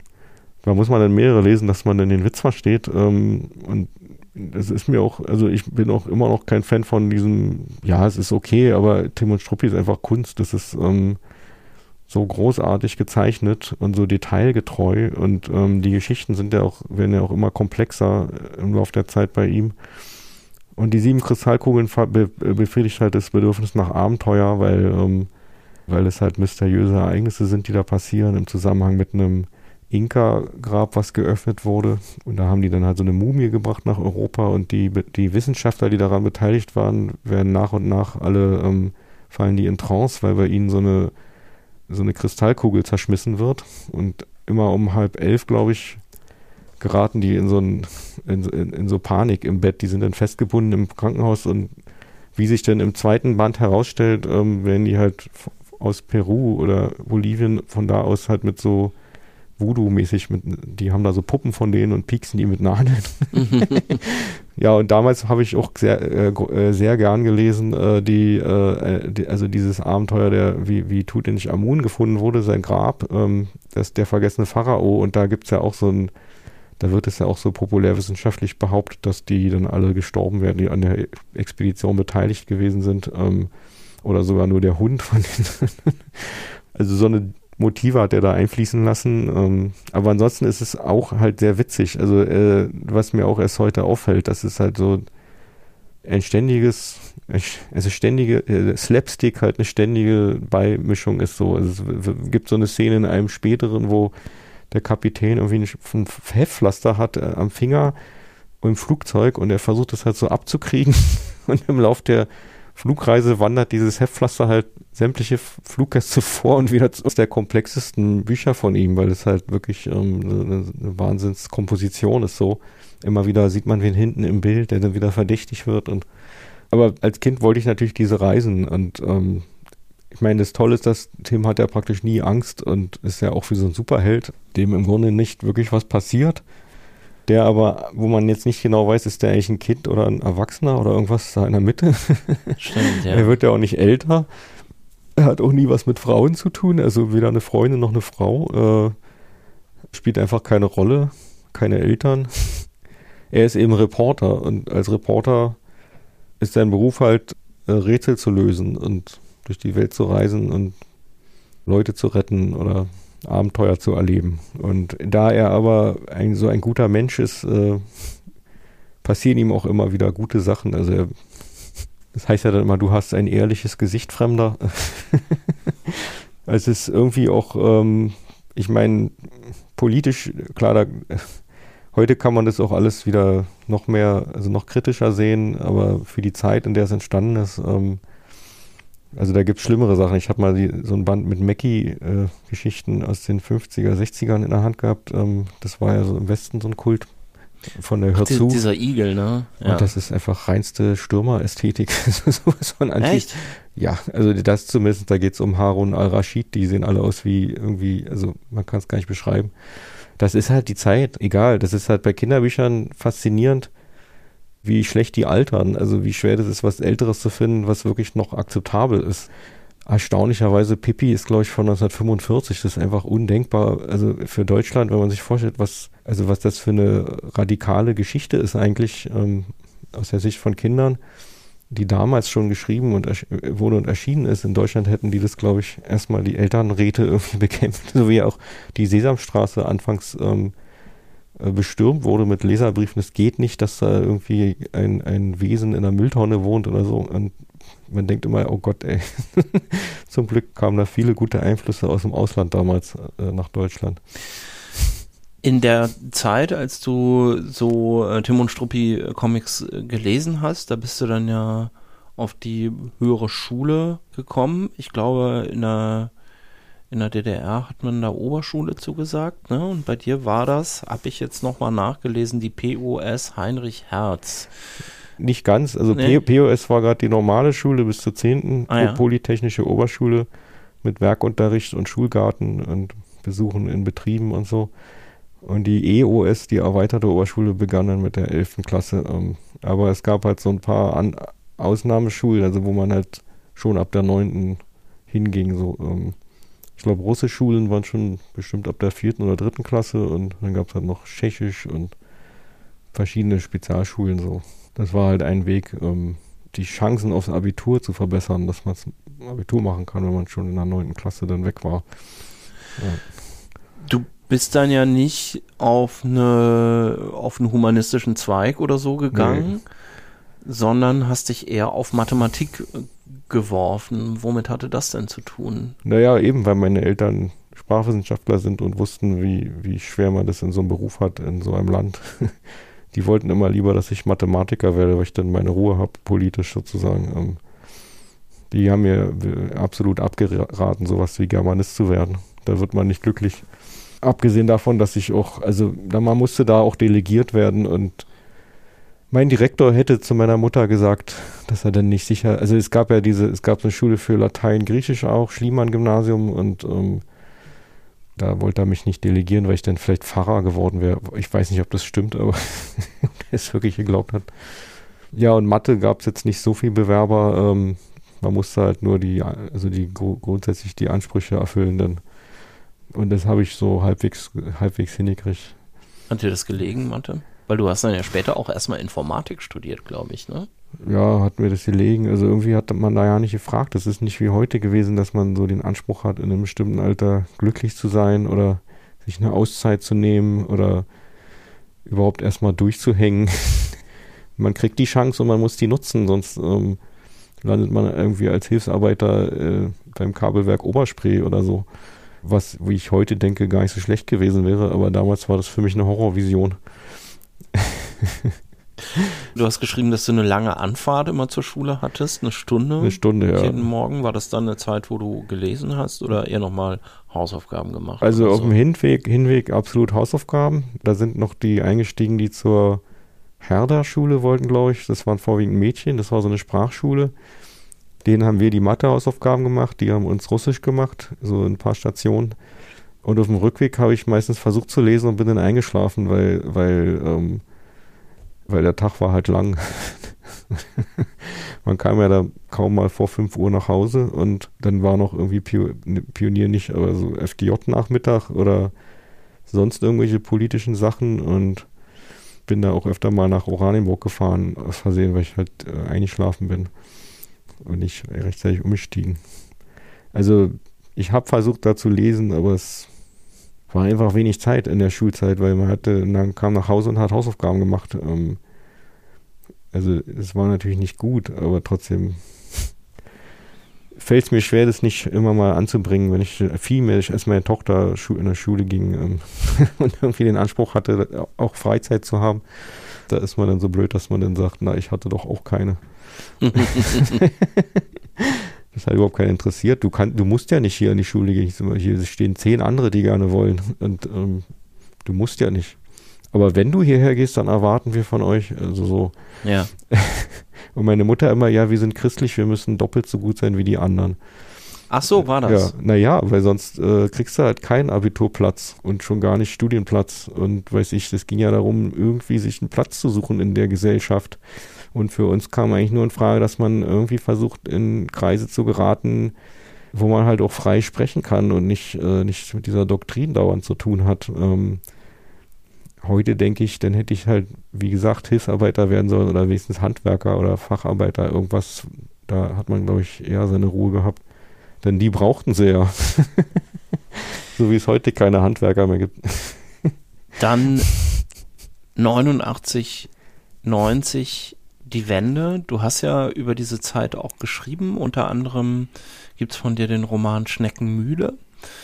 da muss man dann mehrere lesen, dass man dann den Witz versteht. Ähm, und das ist mir auch, also ich bin auch immer noch kein Fan von diesem, ja, es ist okay, aber Tim und Struppi ist einfach Kunst. Das ist ähm, so großartig gezeichnet und so detailgetreu. Und ähm, die Geschichten sind ja auch, werden ja auch immer komplexer im Laufe der Zeit bei ihm. Und die sieben Kristallkugeln be- befriedigt halt das Bedürfnis nach Abenteuer, weil, ähm, weil es halt mysteriöse Ereignisse sind, die da passieren im Zusammenhang mit einem Inka-Grab, was geöffnet wurde. Und da haben die dann halt so eine Mumie gebracht nach Europa und die, die Wissenschaftler, die daran beteiligt waren, werden nach und nach alle, ähm, fallen die in Trance, weil bei ihnen so eine, so eine Kristallkugel zerschmissen wird. Und immer um halb elf, glaube ich, geraten die in so, ein, in, in, in so Panik im Bett. Die sind dann festgebunden im Krankenhaus und wie sich denn im zweiten Band herausstellt, ähm, werden die halt aus Peru oder Bolivien von da aus halt mit so Voodoo-mäßig, mit, die haben da so Puppen von denen und pieksen die mit Nadeln. Ja, und damals habe ich auch sehr, äh, sehr gern gelesen, äh, die, äh, die, also dieses Abenteuer, der wie, wie Tutanchamun gefunden wurde, sein Grab, ähm, das der vergessene Pharao, und da gibt's ja auch so ein, da wird es ja auch so populärwissenschaftlich behauptet, dass die dann alle gestorben werden, die an der Expedition beteiligt gewesen sind, ähm, oder sogar nur der Hund von denen. Also so eine Motive hat er da einfließen lassen, ähm, aber ansonsten ist es auch halt sehr witzig, also äh, was mir auch erst heute auffällt, das ist halt so ein ständiges, also ständige, äh, Slapstick halt eine ständige Beimischung ist so, also es gibt so eine Szene in einem späteren, wo der Kapitän irgendwie ein Heftpflaster hat äh, am Finger im Flugzeug und er versucht es halt so abzukriegen und im Lauf der Flugreise wandert dieses Heftpflaster halt sämtliche Fluggäste vor und wieder aus der komplexesten Bücher von ihm, weil es halt wirklich ähm, eine, eine Wahnsinnskomposition ist so. Immer wieder sieht man wen hinten im Bild, der dann wieder verdächtig wird. Und aber als Kind wollte ich natürlich diese Reisen und ähm, ich meine, das Tolle ist, dass Tim hat ja praktisch nie Angst und ist ja auch wie so ein Superheld, dem im Grunde nicht wirklich was passiert. Der aber, wo man jetzt nicht genau weiß, ist der eigentlich ein Kind oder ein Erwachsener oder irgendwas da in der Mitte. Stimmt, ja. Er wird ja auch nicht älter. Er hat auch nie was mit Frauen zu tun, also weder eine Freundin noch eine Frau. Äh, spielt einfach keine Rolle, keine Eltern. Er ist eben Reporter und als Reporter ist sein Beruf halt, äh, Rätsel zu lösen und durch die Welt zu reisen und Leute zu retten oder Abenteuer zu erleben. Und da er aber ein, so ein guter Mensch ist, äh, passieren ihm auch immer wieder gute Sachen. Also er, das heißt ja dann immer, du hast ein ehrliches Gesicht, Fremder. Also es ist irgendwie auch, ähm, ich meine, politisch, klar, da, heute kann man das auch alles wieder noch mehr, also noch kritischer sehen, aber für die Zeit, in der es entstanden ist, ähm, also da gibt es schlimmere Sachen. Ich habe mal die, so ein Band mit Mackie-Geschichten äh, aus den fünfziger, sechzigern in der Hand gehabt. Ähm, das war ja so im Westen so ein Kult von der Hör zu. Dieser Igel, ne? Ja. Und das ist einfach reinste Stürmer-Ästhetik. Sowas von Anti- Echt? Ja, also das zumindest, da geht es um Harun al-Rashid. Die sehen alle aus wie irgendwie, also man kann es gar nicht beschreiben. Das ist halt die Zeit, egal. Das ist halt bei Kinderbüchern faszinierend, wie schlecht die altern, also wie schwer das ist, was Älteres zu finden, was wirklich noch akzeptabel ist. Erstaunlicherweise, Pippi ist, glaube ich, von neunzehnhundertfünfundvierzig, das ist einfach undenkbar, also für Deutschland, wenn man sich vorstellt, was, also was das für eine radikale Geschichte ist eigentlich, ähm, aus der Sicht von Kindern, die damals schon geschrieben und ersch- wurde und erschienen ist. In Deutschland hätten die das, glaube ich, erstmal die Elternräte irgendwie bekämpft, so wie auch die Sesamstraße anfangs ähm, bestürmt wurde mit Leserbriefen, es geht nicht, dass da irgendwie ein, ein Wesen in der Mülltonne wohnt oder so. Und man denkt immer, oh Gott, ey. Zum Glück kamen da viele gute Einflüsse aus dem Ausland damals äh, nach Deutschland. In der Zeit, als du so äh, Tim und Struppi Comics äh, gelesen hast, da bist du dann ja auf die höhere Schule gekommen. Ich glaube, in der In der D D R hat man da Oberschule zugesagt, ne? Und bei dir war das, habe ich jetzt nochmal nachgelesen, die P O S Heinrich Herz. Nicht ganz, also Nee. P O S war gerade die normale Schule bis zur zehnten Ah, ja. Polytechnische Oberschule mit Werkunterricht und Schulgarten und Besuchen in Betrieben und so. Und die E O S, die erweiterte Oberschule, begann dann mit der elften Klasse. Ähm, aber es gab halt so ein paar An- Ausnahmeschulen, also wo man halt schon ab der neunten hinging, so ähm, ich glaube, russische Schulen waren schon bestimmt ab der vierten oder dritten Klasse und dann gab es halt noch Tschechisch und verschiedene Spezialschulen so. Das war halt ein Weg, ähm, die Chancen aufs Abitur zu verbessern, dass man Abitur machen kann, wenn man schon in der neunten Klasse dann weg war. Ja. Du bist dann ja nicht auf eine auf einen humanistischen Zweig oder so gegangen, nee. sondern hast dich eher auf Mathematik geworfen. Womit hatte das denn zu tun? Naja, eben, weil meine Eltern Sprachwissenschaftler sind und wussten, wie, wie schwer man das in so einem Beruf hat, in so einem Land. Die wollten immer lieber, dass ich Mathematiker werde, weil ich dann meine Ruhe habe, politisch sozusagen. Die haben mir absolut abgeraten, sowas wie Germanist zu werden. Da wird man nicht glücklich. Abgesehen davon, dass ich auch, also man musste da auch delegiert werden und Mein Direktor hätte zu meiner Mutter gesagt, dass er dann nicht sicher, also es gab ja diese, es gab eine Schule für Latein, Griechisch auch, Schliemann-Gymnasium und ähm, da wollte er mich nicht delegieren, weil ich dann vielleicht Pfarrer geworden wäre. Ich weiß nicht, ob das stimmt, aber er es wirklich geglaubt hat. Ja, und Mathe gab es jetzt nicht so viel Bewerber. Ähm, man musste halt nur die, also die grundsätzlich die Ansprüche erfüllen dann. Und das habe ich so halbwegs, halbwegs hingekriegt. Hat dir das gelegen, Mathe? Weil du hast dann ja später auch erstmal Informatik studiert, glaube ich, ne? Ja, hat mir das gelegen. Also irgendwie hat man da ja nicht gefragt. Das ist nicht wie heute gewesen, dass man so den Anspruch hat, in einem bestimmten Alter glücklich zu sein oder sich eine Auszeit zu nehmen oder überhaupt erstmal durchzuhängen. Man kriegt die Chance und man muss die nutzen, sonst ähm, landet man irgendwie als Hilfsarbeiter äh, beim Kabelwerk Oberspree oder so. Was, wie ich heute denke, gar nicht so schlecht gewesen wäre, aber damals war das für mich eine Horrorvision. Du hast geschrieben, dass du eine lange Anfahrt immer zur Schule hattest, eine Stunde. Eine Stunde, ja. Jeden Morgen. War das dann eine Zeit, wo du gelesen hast oder eher nochmal Hausaufgaben gemacht? Also auf so? dem Hinweg, Hinweg absolut Hausaufgaben. Da sind noch die eingestiegen, die zur Herder-Schule wollten, glaube ich. Das waren vorwiegend Mädchen, das war so eine Sprachschule. Denen haben wir die Mathe-Hausaufgaben gemacht, die haben uns Russisch gemacht, so ein paar Stationen. Und auf dem Rückweg habe ich meistens versucht zu lesen und bin dann eingeschlafen, weil, weil, ähm, weil der Tag war halt lang. Man kam ja da kaum mal vor fünf Uhr nach Hause und dann war noch irgendwie Pio- Pionier nicht, aber so F D J-Nachmittag oder sonst irgendwelche politischen Sachen und bin da auch öfter mal nach Oranienburg gefahren, aus Versehen, weil ich halt äh, eingeschlafen bin und nicht rechtzeitig umgestiegen. Also ich habe versucht da zu lesen, aber es war einfach wenig Zeit in der Schulzeit, weil man hatte, dann kam nach Hause und hat Hausaufgaben gemacht. Ähm, also es war natürlich nicht gut, aber trotzdem fällt es mir schwer, das nicht immer mal anzubringen, wenn ich viel mehr, als meine Tochter in der Schule ging ähm, und irgendwie den Anspruch hatte, auch Freizeit zu haben. Da ist man dann so blöd, dass man dann sagt, na, ich hatte doch auch keine. Das hat überhaupt keinen interessiert. Du, kann, du musst ja nicht hier in die Schule gehen. Hier stehen zehn andere, die gerne wollen. Und ähm, du musst ja nicht. Aber wenn du hierher gehst, dann erwarten wir von euch, also so. Ja. Und meine Mutter immer, ja, wir sind christlich, wir müssen doppelt so gut sein wie die anderen. Ach so, war das? Ja, naja, weil sonst äh, kriegst du halt keinen Abiturplatz und schon gar nicht Studienplatz. Und weiß ich, es ging ja darum, irgendwie sich einen Platz zu suchen in der Gesellschaft. Und für uns kam eigentlich nur in Frage, dass man irgendwie versucht, in Kreise zu geraten, wo man halt auch frei sprechen kann und nicht, äh, nicht mit dieser Doktrin dauernd zu tun hat. Ähm, heute denke ich, dann hätte ich halt, wie gesagt, Hilfsarbeiter werden sollen oder wenigstens Handwerker oder Facharbeiter, irgendwas. Da hat man, glaube ich, eher seine Ruhe gehabt. Denn die brauchten sie ja. So wie es heute keine Handwerker mehr gibt. Dann neunundachtzig, neunzig die Wende. Du hast ja über diese Zeit auch geschrieben. Unter anderem gibt es von dir den Roman Schneckenmühle,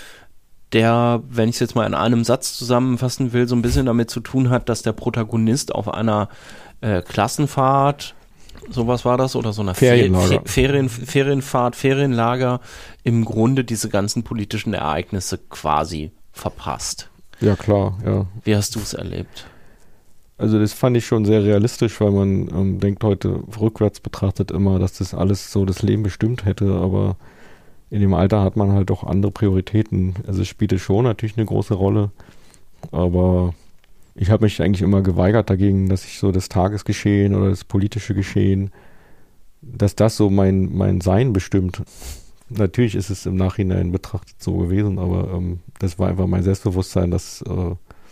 der, wenn ich es jetzt mal in einem Satz zusammenfassen will, so ein bisschen damit zu tun hat, dass der Protagonist auf einer äh, Klassenfahrt, sowas war das, oder so einer Ferienlager. Ferien, Ferienfahrt, Ferienlager, im Grunde diese ganzen politischen Ereignisse quasi verpasst. Ja, klar, ja. Wie hast du es erlebt? Also das fand ich schon sehr realistisch, weil man ähm, denkt heute rückwärts betrachtet immer, dass das alles so das Leben bestimmt hätte, aber in dem Alter hat man halt auch andere Prioritäten. Also es spielte schon natürlich eine große Rolle, aber ich habe mich eigentlich immer geweigert dagegen, dass ich so das Tagesgeschehen oder das politische Geschehen, dass das so mein, mein Sein bestimmt. Natürlich ist es im Nachhinein betrachtet so gewesen, aber ähm, das war einfach mein Selbstbewusstsein, dass äh,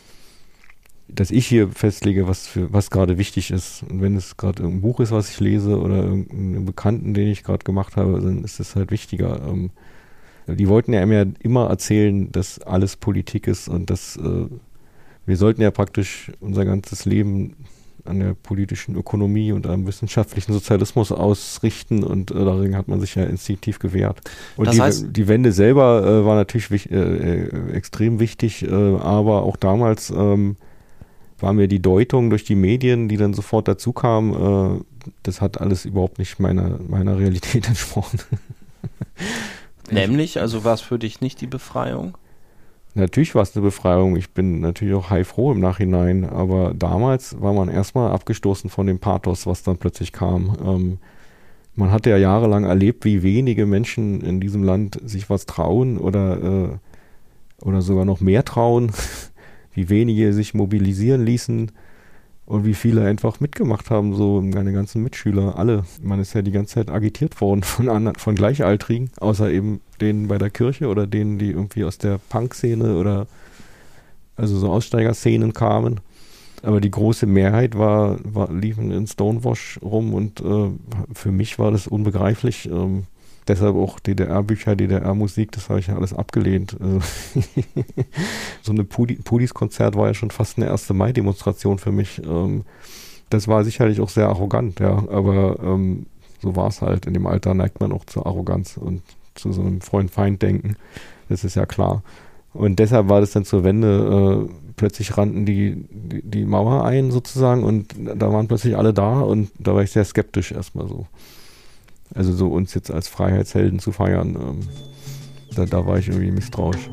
dass ich hier festlege, was für was gerade wichtig ist. Und wenn es gerade irgendein Buch ist, was ich lese oder irgendeinen Bekannten, den ich gerade gemacht habe, dann ist es halt wichtiger. Ähm, die wollten ja immer erzählen, dass alles Politik ist und dass äh, wir sollten ja praktisch unser ganzes Leben an der politischen Ökonomie und am wissenschaftlichen Sozialismus ausrichten und äh, darin hat man sich ja instinktiv gewehrt. Und das die, heißt, die Wende selber äh, war natürlich wich, äh, extrem wichtig, äh, aber auch damals ähm, war mir die Deutung durch die Medien, die dann sofort dazu kam, äh, das hat alles überhaupt nicht meiner, meiner Realität entsprochen. Nämlich, also war es für dich nicht die Befreiung? Natürlich war es eine Befreiung. Ich bin natürlich auch heilfroh im Nachhinein, aber damals war man erstmal abgestoßen von dem Pathos, was dann plötzlich kam. Ähm, man hatte ja jahrelang erlebt, wie wenige Menschen in diesem Land sich was trauen oder, äh, oder sogar noch mehr trauen, wie wenige sich mobilisieren ließen und wie viele einfach mitgemacht haben, so meine ganzen Mitschüler, alle. Man ist ja die ganze Zeit agitiert worden von anderen, von Gleichaltrigen, außer eben denen bei der Kirche oder denen, die irgendwie aus der Punk-Szene oder also so Aussteigerszenen kamen. Aber die große Mehrheit war, war liefen in Stonewash rum und äh, für mich war das unbegreiflich. Ähm, deshalb auch D D R-Bücher, D D R-Musik, das habe ich ja alles abgelehnt. Also so eine Pudi- Pudis-Konzert war ja schon fast eine erste Mai-Demonstration für mich. Ähm, das war sicherlich auch sehr arrogant, ja, aber ähm, so war es halt. In dem Alter neigt man auch zur Arroganz und zu so einem Freund-Feind-Denken. Das ist ja klar. Und deshalb war das dann zur Wende, äh, plötzlich rannten die, die, die Mauer ein sozusagen und da waren plötzlich alle da und da war ich sehr skeptisch erstmal so. Also so uns jetzt als Freiheitshelden zu feiern, ähm, da, da war ich irgendwie misstrauisch.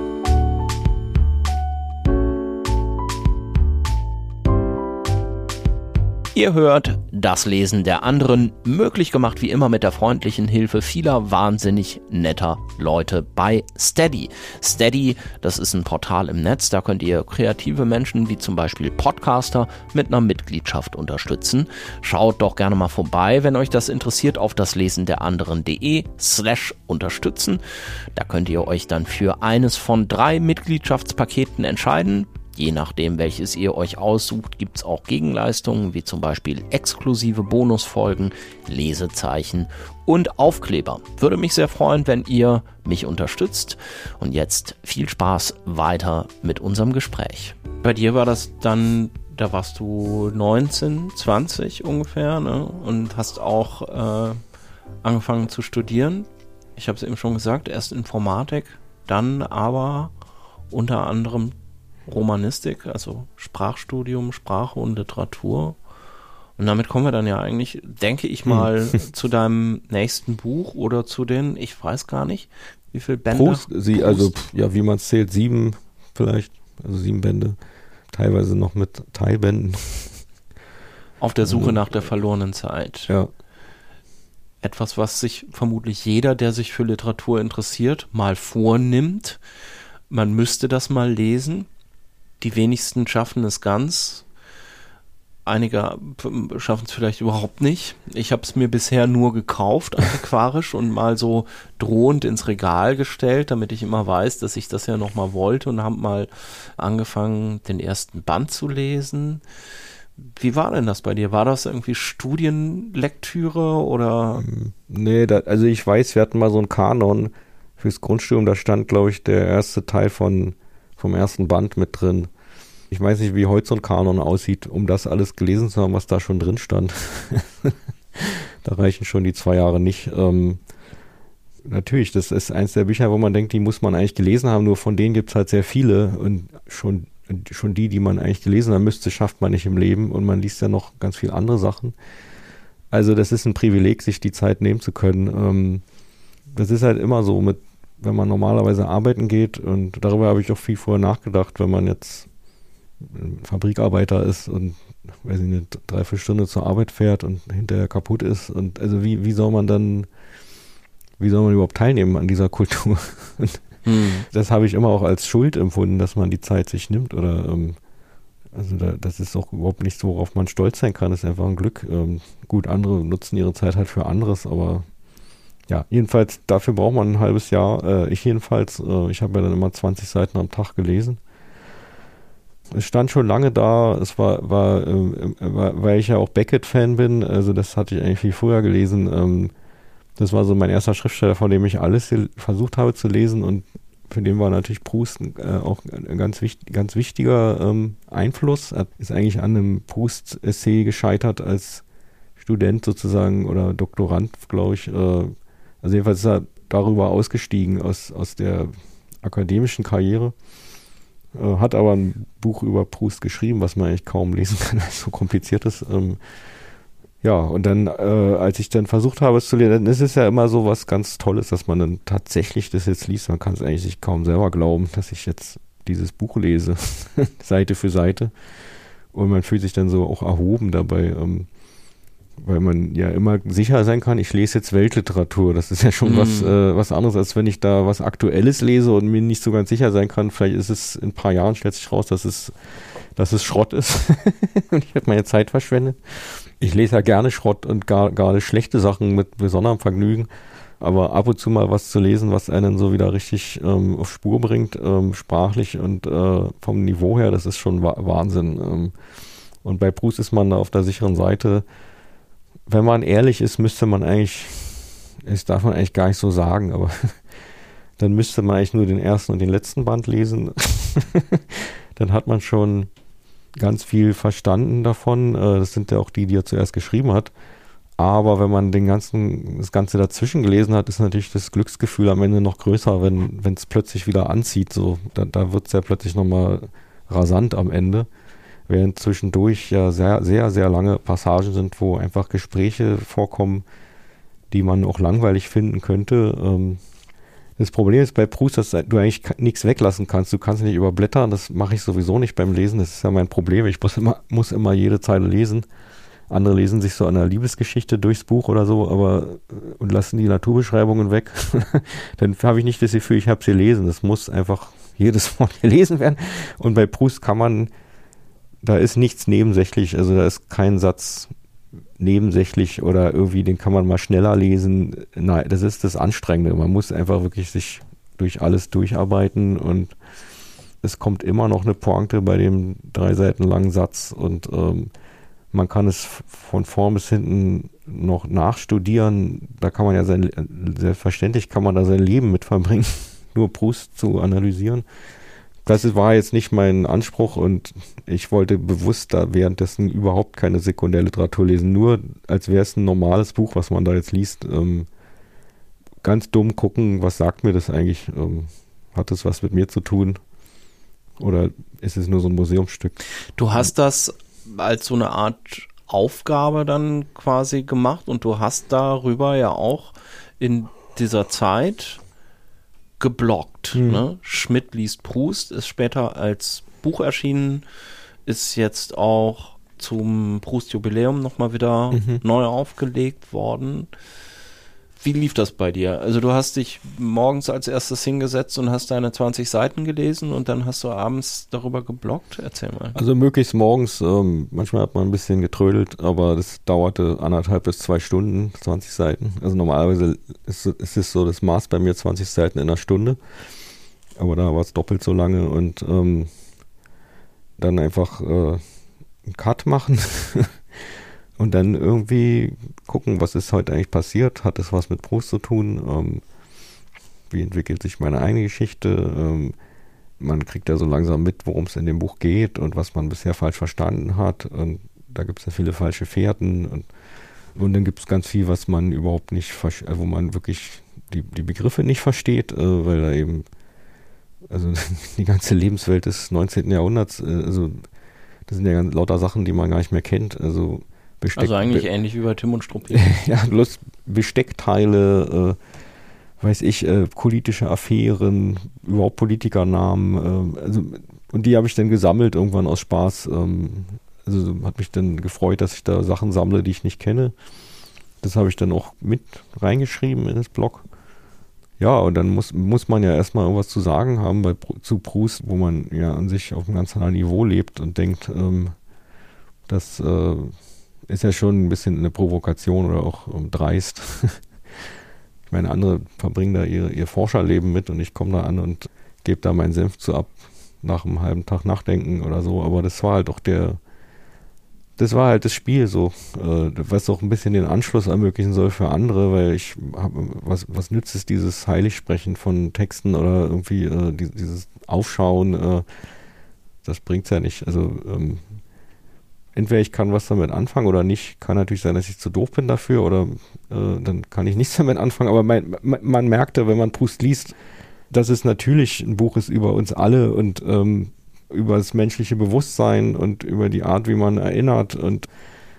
Ihr hört das Lesen der anderen, möglich gemacht wie immer mit der freundlichen Hilfe vieler wahnsinnig netter Leute bei Steady. Steady, das ist ein Portal im Netz, da könnt ihr kreative Menschen wie zum Beispiel Podcaster mit einer Mitgliedschaft unterstützen. Schaut doch gerne mal vorbei, wenn euch das interessiert, auf daslesenderanderen.de slash unterstützen. Da könnt ihr euch dann für eines von drei Mitgliedschaftspaketen entscheiden. Je nachdem, welches ihr euch aussucht, gibt es auch Gegenleistungen, wie zum Beispiel exklusive Bonusfolgen, Lesezeichen und Aufkleber. Würde mich sehr freuen, wenn ihr mich unterstützt. Und jetzt viel Spaß weiter mit unserem Gespräch. Bei dir war das dann, da warst du neunzehn, zwanzig ungefähr, ne? Und hast auch äh, angefangen zu studieren. Ich habe es eben schon gesagt, erst Informatik, dann aber unter anderem Romanistik, also Sprachstudium, Sprache und Literatur. Und damit kommen wir dann ja eigentlich, denke ich mal, hm. zu deinem nächsten Buch oder zu den, ich weiß gar nicht, wie viele Bände? Proust, sie, Proust? Also, ja, wie man es zählt, sieben vielleicht, also sieben Bände, teilweise noch mit Teilbänden. Auf der Suche nach der verlorenen Zeit. Ja. Etwas, was sich vermutlich jeder, der sich für Literatur interessiert, mal vornimmt. Man müsste das mal lesen. Die wenigsten schaffen es ganz. Einige schaffen es vielleicht überhaupt nicht. Ich habe es mir bisher nur gekauft, antiquarisch, und mal so drohend ins Regal gestellt, damit ich immer weiß, dass ich das ja nochmal wollte, und habe mal angefangen, den ersten Band zu lesen. Wie war denn das bei dir? War das irgendwie Studienlektüre oder? Nee, da, also ich weiß, wir hatten mal so einen Kanon fürs Grundstudium, da stand, glaube ich, der erste Teil von vom ersten Band mit drin. Ich weiß nicht, wie heute so ein Kanon aussieht, um das alles gelesen zu haben, was da schon drin stand. Da reichen schon die zwei Jahre nicht. Ähm, natürlich, das ist eins der Bücher, wo man denkt, die muss man eigentlich gelesen haben, nur von denen gibt es halt sehr viele und schon, schon die, die man eigentlich gelesen haben müsste, schafft man nicht im Leben und man liest ja noch ganz viele andere Sachen. Also das ist ein Privileg, sich die Zeit nehmen zu können. Ähm, das ist halt immer so mit, wenn man normalerweise arbeiten geht, und darüber habe ich auch viel vorher nachgedacht, wenn man jetzt Fabrikarbeiter ist und, weiß ich nicht, dreiviertel Stunde zur Arbeit fährt und hinterher kaputt ist, und also wie, wie soll man dann, wie soll man überhaupt teilnehmen an dieser Kultur? Hm. Das habe ich immer auch als Schuld empfunden, dass man die Zeit sich nimmt, oder ähm, also da, das ist auch überhaupt nicht so, worauf man stolz sein kann, das ist einfach ein Glück. Ähm, gut, andere nutzen ihre Zeit halt für anderes, aber ja, jedenfalls, dafür braucht man ein halbes Jahr. Äh, ich jedenfalls, äh, ich habe ja dann immer zwanzig Seiten am Tag gelesen. Es stand schon lange da, es war, war, äh, war weil ich ja auch Beckett-Fan bin, also das hatte ich eigentlich viel früher gelesen. Ähm, das war so mein erster Schriftsteller, von dem ich alles versucht habe zu lesen, und für den war natürlich Proust äh, auch ein ganz, wichtig, ganz wichtiger ähm, Einfluss. Er ist eigentlich an einem Proust-Essay gescheitert als Student sozusagen oder Doktorand, glaube ich. Äh, Also jedenfalls ist er darüber ausgestiegen aus, aus der akademischen Karriere, äh, hat aber ein Buch über Proust geschrieben, was man eigentlich kaum lesen kann, weil es so kompliziert ist. Ähm, Ja, und dann, äh, als ich dann versucht habe, es zu lesen, dann ist es ja immer so was ganz Tolles, dass man dann tatsächlich das jetzt liest. Man kann es eigentlich sich kaum selber glauben, dass ich jetzt dieses Buch lese, Seite für Seite. Und man fühlt sich dann so auch erhoben dabei, ähm, weil man ja immer sicher sein kann, ich lese jetzt Weltliteratur. Das ist ja schon mm. was, äh, was anderes, als wenn ich da was Aktuelles lese und mir nicht so ganz sicher sein kann. Vielleicht ist es in ein paar Jahren, stellt sich raus, dass es, dass es Schrott ist. Und ich habe meine Zeit verschwendet. Ich lese ja gerne Schrott und gar, gar schlechte Sachen mit besonderem Vergnügen. Aber ab und zu mal was zu lesen, was einen so wieder richtig ähm, auf Spur bringt, ähm, sprachlich und äh, vom Niveau her, das ist schon wa- Wahnsinn. Ähm, und bei Proust ist man da auf der sicheren Seite. Wenn man ehrlich ist, müsste man eigentlich, das darf man eigentlich gar nicht so sagen, aber dann müsste man eigentlich nur den ersten und den letzten Band lesen. Dann hat man schon ganz viel verstanden davon. Das sind ja auch die, die er zuerst geschrieben hat. Aber wenn man den ganzen, das Ganze dazwischen gelesen hat, ist natürlich das Glücksgefühl am Ende noch größer, wenn wenn es plötzlich wieder anzieht. So, da, da wird es ja plötzlich nochmal rasant am Ende. Während zwischendurch ja sehr, sehr, sehr lange Passagen sind, wo einfach Gespräche vorkommen, die man auch langweilig finden könnte. Das Problem ist bei Proust, dass du eigentlich nichts weglassen kannst. Du kannst nicht überblättern, das mache ich sowieso nicht beim Lesen. Das ist ja mein Problem. Ich muss immer, muss immer jede Zeile lesen. Andere lesen sich so an einer Liebesgeschichte durchs Buch oder so, aber und lassen die Naturbeschreibungen weg. Dann habe ich nicht das Gefühl, ich habe sie lesen. Das muss einfach jedes Wort gelesen werden. Und bei Proust kann man, da ist nichts nebensächlich, also da ist kein Satz nebensächlich oder irgendwie, den kann man mal schneller lesen. Nein, das ist das Anstrengende. Man muss einfach wirklich sich durch alles durcharbeiten und es kommt immer noch eine Pointe bei dem drei Seiten langen Satz und ähm, man kann es von vorn bis hinten noch nachstudieren. Da kann man ja sein, selbstverständlich kann man da sein Leben mit verbringen, nur Proust zu analysieren. Das war jetzt nicht mein Anspruch und ich wollte bewusst da währenddessen überhaupt keine Sekundärliteratur lesen, nur als wäre es ein normales Buch, was man da jetzt liest. Ähm, ganz dumm gucken, was sagt mir das eigentlich? Ähm, hat das was mit mir zu tun? Oder ist es nur so ein Museumsstück? Du hast das als so eine Art Aufgabe dann quasi gemacht und du hast darüber ja auch in dieser Zeit gebloggt. Hm. Ne? Schmidt liest Proust, ist später als Buch erschienen, ist jetzt auch zum Proust-Jubiläum nochmal wieder mhm. neu aufgelegt worden. Wie lief das bei dir? Also du hast dich morgens als erstes hingesetzt und hast deine zwanzig Seiten gelesen und dann hast du abends darüber gebloggt? Erzähl mal. Also möglichst morgens, ähm, manchmal hat man ein bisschen getrödelt, aber das dauerte anderthalb bis zwei Stunden, zwanzig Seiten. Also normalerweise ist, ist es so das Maß bei mir zwanzig Seiten in einer Stunde, aber da war es doppelt so lange und ähm, dann einfach äh, einen Cut machen und dann irgendwie gucken, was ist heute eigentlich passiert, hat es was mit Proust zu tun, ähm, wie entwickelt sich meine eigene Geschichte, ähm, man kriegt ja so langsam mit, worum es in dem Buch geht und was man bisher falsch verstanden hat und da gibt es ja viele falsche Fährten und, und dann gibt es ganz viel, was man überhaupt nicht, wo man wirklich die, die Begriffe nicht versteht, äh, weil da eben also die ganze Lebenswelt des neunzehnten Jahrhunderts, äh, also das sind ja ganz lauter Sachen, die man gar nicht mehr kennt, also Besteck, also eigentlich be- ähnlich wie bei Tim und Struppi. Ja, bloß Besteckteile, äh, weiß ich, äh, politische Affären, überhaupt Politikernamen, äh, also und die habe ich dann gesammelt irgendwann aus Spaß. Ähm, also hat mich dann gefreut, dass ich da Sachen sammle, die ich nicht kenne. Das habe ich dann auch mit reingeschrieben in das Blog. Ja, und dann muss, muss man ja erstmal irgendwas zu sagen haben bei, zu Proust, wo man ja an sich auf einem ganz anderen Niveau lebt und denkt, ähm, das äh, ist ja schon ein bisschen eine Provokation oder auch um, dreist. Ich meine, andere verbringen da ihr, ihr Forscherleben mit und ich komme da an und gebe da meinen Senf zu ab nach einem halben Tag Nachdenken oder so. Aber das war halt auch der, das war halt das Spiel so, äh, was auch ein bisschen den Anschluss ermöglichen soll für andere, weil ich hab, was, was nützt es, dieses Heiligsprechen von Texten oder irgendwie äh, die, dieses Aufschauen, äh, das bringt's ja nicht. Also ähm, entweder ich kann was damit anfangen oder nicht. Kann natürlich sein, dass ich zu doof bin dafür oder äh, dann kann ich nichts damit anfangen. Aber mein, man, man merkte, wenn man Proust liest, dass es natürlich ein Buch ist über uns alle und ähm, über das menschliche Bewusstsein und über die Art, wie man erinnert. Und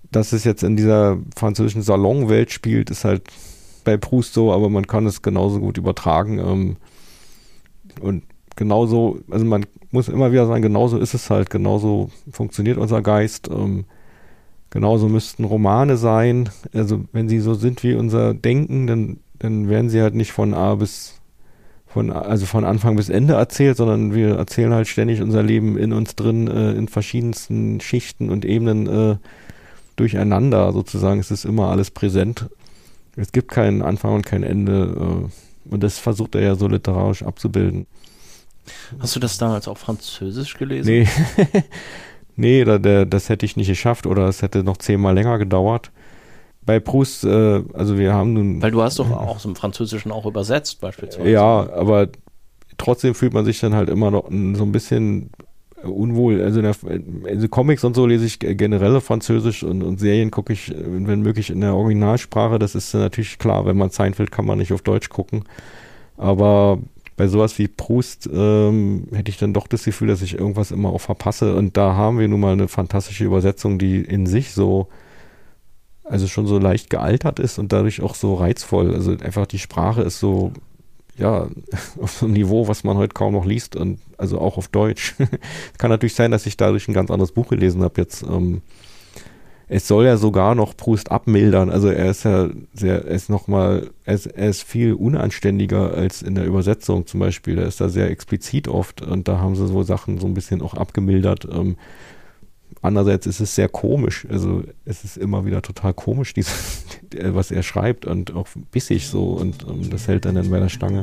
dass es jetzt in dieser französischen Salonwelt spielt, ist halt bei Proust so, aber man kann es genauso gut übertragen. Ähm, und genauso, also man muss immer wieder sagen, genauso ist es halt, genauso funktioniert unser Geist. Ähm, genauso müssten Romane sein. Also wenn sie so sind wie unser Denken, dann, dann werden sie halt nicht von A bis von, also von Anfang bis Ende erzählt, sondern wir erzählen halt ständig unser Leben in uns drin, äh, in verschiedensten Schichten und Ebenen äh, durcheinander sozusagen. Es ist immer alles präsent. Es gibt keinen Anfang und kein Ende. Äh, und das versucht er ja so literarisch abzubilden. Hast du das damals auf Französisch gelesen? Nee, nee da, der, das hätte ich nicht geschafft oder es hätte noch zehnmal länger gedauert. Bei Proust, äh, also wir haben nun... Weil du hast doch auch so im Französischen auch übersetzt beispielsweise. Ja, aber trotzdem fühlt man sich dann halt immer noch so ein bisschen unwohl. Also in der, also Comics und so lese ich generell Französisch und, und Serien gucke ich, wenn möglich, in der Originalsprache. Das ist natürlich klar, wenn man Seinfeld kann man nicht auf Deutsch gucken. Aber bei sowas wie Proust ähm, hätte ich dann doch das Gefühl, dass ich irgendwas immer auch verpasse. Und da haben wir nun mal eine fantastische Übersetzung, die in sich so, also schon so leicht gealtert ist und dadurch auch so reizvoll. Also einfach die Sprache ist so, ja, auf so einem Niveau, was man heute kaum noch liest und also auch auf Deutsch. Kann natürlich sein, dass ich dadurch ein ganz anderes Buch gelesen habe jetzt. Ähm, es soll ja sogar noch Proust abmildern. Also er ist ja sehr, er ist nochmal, er ist, er ist viel unanständiger als in der Übersetzung zum Beispiel. Da ist da sehr explizit oft und da haben sie so Sachen so ein bisschen auch abgemildert. Ähm, Andererseits ist es sehr komisch, also es ist immer wieder total komisch, dieses, was er schreibt und auch bissig so und um, das hält dann, dann bei der Stange.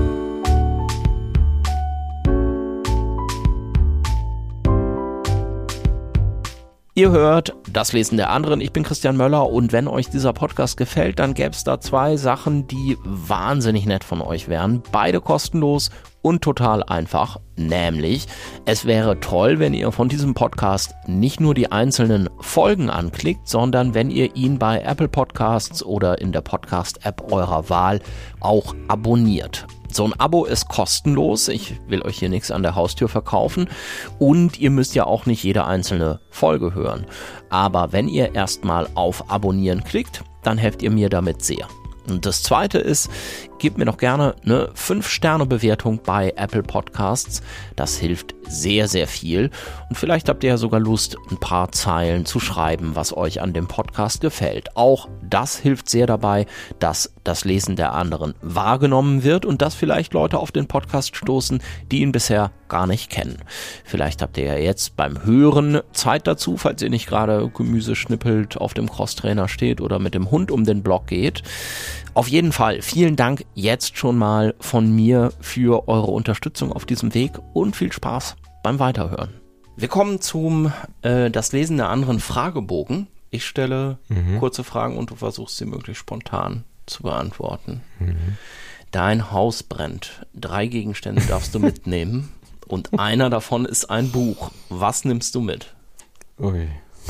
Ihr hört das Lesen der anderen. Ich bin Christian Möller und wenn euch dieser Podcast gefällt, dann gäbe es da zwei Sachen, die wahnsinnig nett von euch wären. Beide kostenlos und total einfach. Nämlich, es wäre toll, wenn ihr von diesem Podcast nicht nur die einzelnen Folgen anklickt, sondern wenn ihr ihn bei Apple Podcasts oder in der Podcast-App eurer Wahl auch abonniert. So ein Abo ist kostenlos, ich will euch hier nichts an der Haustür verkaufen und ihr müsst ja auch nicht jede einzelne Folge hören. Aber wenn ihr erstmal auf Abonnieren klickt, dann helft ihr mir damit sehr. Und das zweite ist, gebt mir doch gerne eine fünf Sterne Bewertung bei Apple Podcasts. Das hilft sehr, sehr viel. Und vielleicht habt ihr ja sogar Lust, ein paar Zeilen zu schreiben, was euch an dem Podcast gefällt. Auch das hilft sehr dabei, dass das Lesen der anderen wahrgenommen wird und dass vielleicht Leute auf den Podcast stoßen, die ihn bisher gar nicht kennen. Vielleicht habt ihr ja jetzt beim Hören Zeit dazu, falls ihr nicht gerade Gemüse schnippelt, auf dem Crosstrainer steht oder mit dem Hund um den Block geht. Auf jeden Fall vielen Dank jetzt schon mal von mir für eure Unterstützung auf diesem Weg und viel Spaß beim Weiterhören. Wir kommen zum äh, das Lesen der anderen Fragebogen. Ich stelle mhm. kurze Fragen und du versuchst sie möglichst spontan zu beantworten. Mhm. Dein Haus brennt. Drei Gegenstände darfst du mitnehmen und einer davon ist ein Buch. Was nimmst du mit? Ui.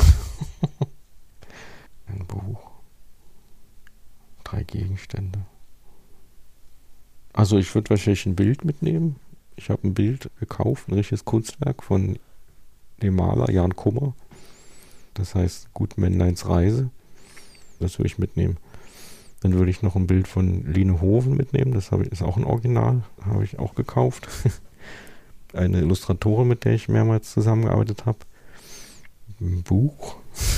Ein Buch. Drei Gegenstände. Also ich würde wahrscheinlich ein Bild mitnehmen. Ich habe ein Bild gekauft, ein richtiges Kunstwerk von dem Maler Jan Kummer. Das heißt Gutmännleins Reise. Das würde ich mitnehmen. Dann würde ich noch ein Bild von Line Hoven mitnehmen. Das habe ich, ist auch ein Original. Habe ich auch gekauft. Eine Illustratorin, mit der ich mehrmals zusammengearbeitet habe. Ein Buch.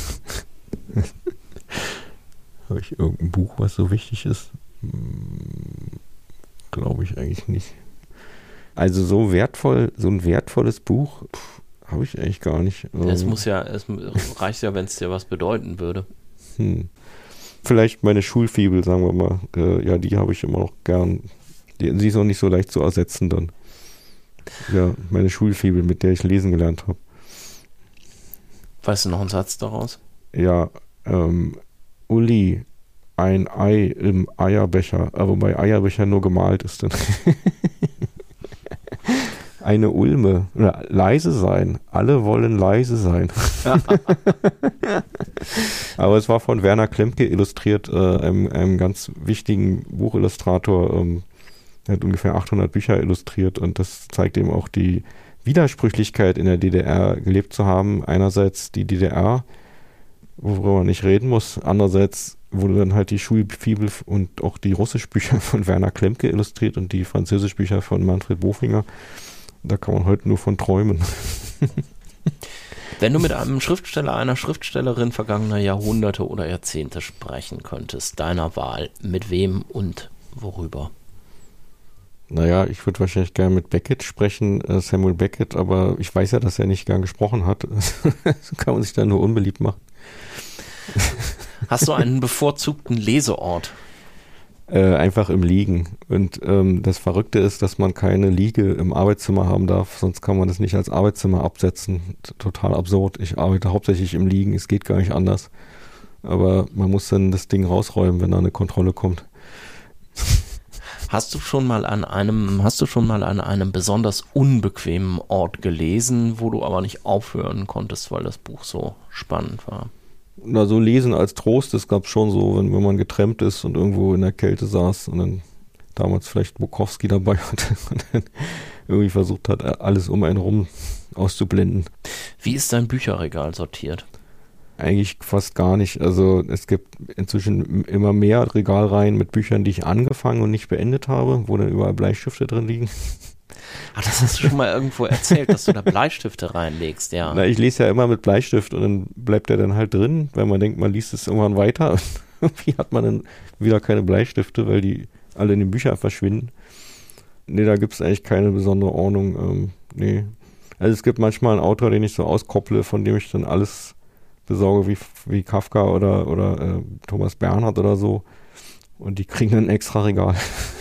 Habe ich irgendein Buch, was so wichtig ist? Hm, glaube ich eigentlich nicht. Also so wertvoll, so ein wertvolles Buch habe ich eigentlich gar nicht. Es muss ja, es reicht ja, wenn es dir was bedeuten würde. Hm. Vielleicht meine Schulfibel, sagen wir mal. Äh, ja, die habe ich immer noch gern. Die, sie ist auch nicht so leicht zu ersetzen dann. Ja, meine Schulfibel, mit der ich lesen gelernt habe. Weißt du noch einen Satz daraus? Ja, ähm, Uli, ein Ei im Eierbecher, aber bei Eierbecher nur gemalt ist dann. Eine Ulme, oder leise sein, alle wollen leise sein. Aber es war von Werner Klemke illustriert, äh, einem, einem ganz wichtigen Buchillustrator. Ähm, er hat ungefähr achthundert Bücher illustriert und das zeigt eben auch die Widersprüchlichkeit in der D D R gelebt zu haben. Einerseits die D D R worüber man nicht reden muss. Andererseits wurde dann halt die Schulbibel und auch die Russischbücher von Werner Klemke illustriert und die Französischbücher von Manfred Bofinger. Da kann man heute nur von träumen. Wenn du mit einem Schriftsteller, einer Schriftstellerin vergangener Jahrhunderte oder Jahrzehnte sprechen könntest, deiner Wahl, mit wem und worüber? Naja, ich würde wahrscheinlich gerne mit Beckett sprechen, äh, Samuel Beckett, aber ich weiß ja, dass er nicht gern gesprochen hat. So kann man sich dann nur unbeliebt machen. Hast du einen bevorzugten Leseort? Äh, einfach im Liegen. Und ähm, das Verrückte ist, dass man keine Liege im Arbeitszimmer haben darf, sonst kann man das nicht als Arbeitszimmer absetzen. T- total absurd. Ich arbeite hauptsächlich im Liegen, es geht gar nicht anders. Aber man muss dann das Ding rausräumen, wenn da eine Kontrolle kommt. Hast du schon mal an einem, hast du schon mal an einem besonders unbequemen Ort gelesen, wo du aber nicht aufhören konntest, weil das Buch so spannend war? Na, so lesen als Trost, das gab es schon so, wenn, wenn man getrennt ist und irgendwo in der Kälte saß und dann damals vielleicht Bukowski dabei hatte und dann irgendwie versucht hat, alles um einen rum auszublenden. Wie ist dein Bücherregal sortiert? Eigentlich fast gar nicht. Also es gibt inzwischen immer mehr Regalreihen mit Büchern, die ich angefangen und nicht beendet habe, wo dann überall Bleistifte drin liegen. Ach, das hast du schon mal irgendwo erzählt, dass du da Bleistifte reinlegst, ja. Na, ich lese ja immer mit Bleistift und dann bleibt der dann halt drin, weil man denkt, man liest es irgendwann weiter. Und irgendwie hat man dann wieder keine Bleistifte, weil die alle in den Büchern verschwinden. Nee, da gibt es eigentlich keine besondere Ordnung. Ähm, nee. Also es gibt manchmal einen Autor, den ich so auskopple, von dem ich dann alles besorge, wie, wie Kafka oder, oder äh, Thomas Bernhard oder so. Und die kriegen dann ein extra Regal.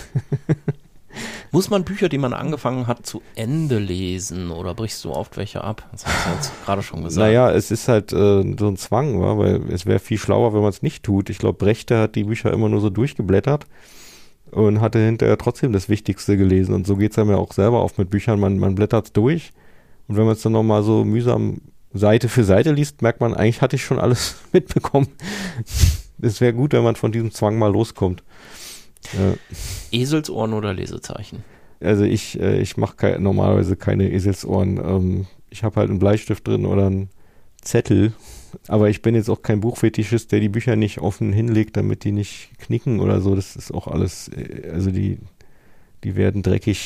Muss man Bücher, die man angefangen hat, zu Ende lesen oder brichst du oft welche ab? Das hast du jetzt gerade schon gesagt. Naja, es ist halt äh, so ein Zwang, wa? Weil es wäre viel schlauer, wenn man es nicht tut. Ich glaube, Brecht hat die Bücher immer nur so durchgeblättert und hatte hinterher trotzdem das Wichtigste gelesen. Und so geht es einem ja auch selber oft mit Büchern. Man, man blättert es durch und wenn man es dann nochmal so mühsam Seite für Seite liest, merkt man, eigentlich hatte ich schon alles mitbekommen. Es wäre gut, wenn man von diesem Zwang mal loskommt. Ja. Eselsohren oder Lesezeichen? Also ich, äh, ich mache ke- normalerweise keine Eselsohren. Ähm, ich habe halt einen Bleistift drin oder einen Zettel. Aber ich bin jetzt auch kein Buchfetischist, der die Bücher nicht offen hinlegt, damit die nicht knicken oder so. Das ist auch alles, äh, also die, die werden dreckig.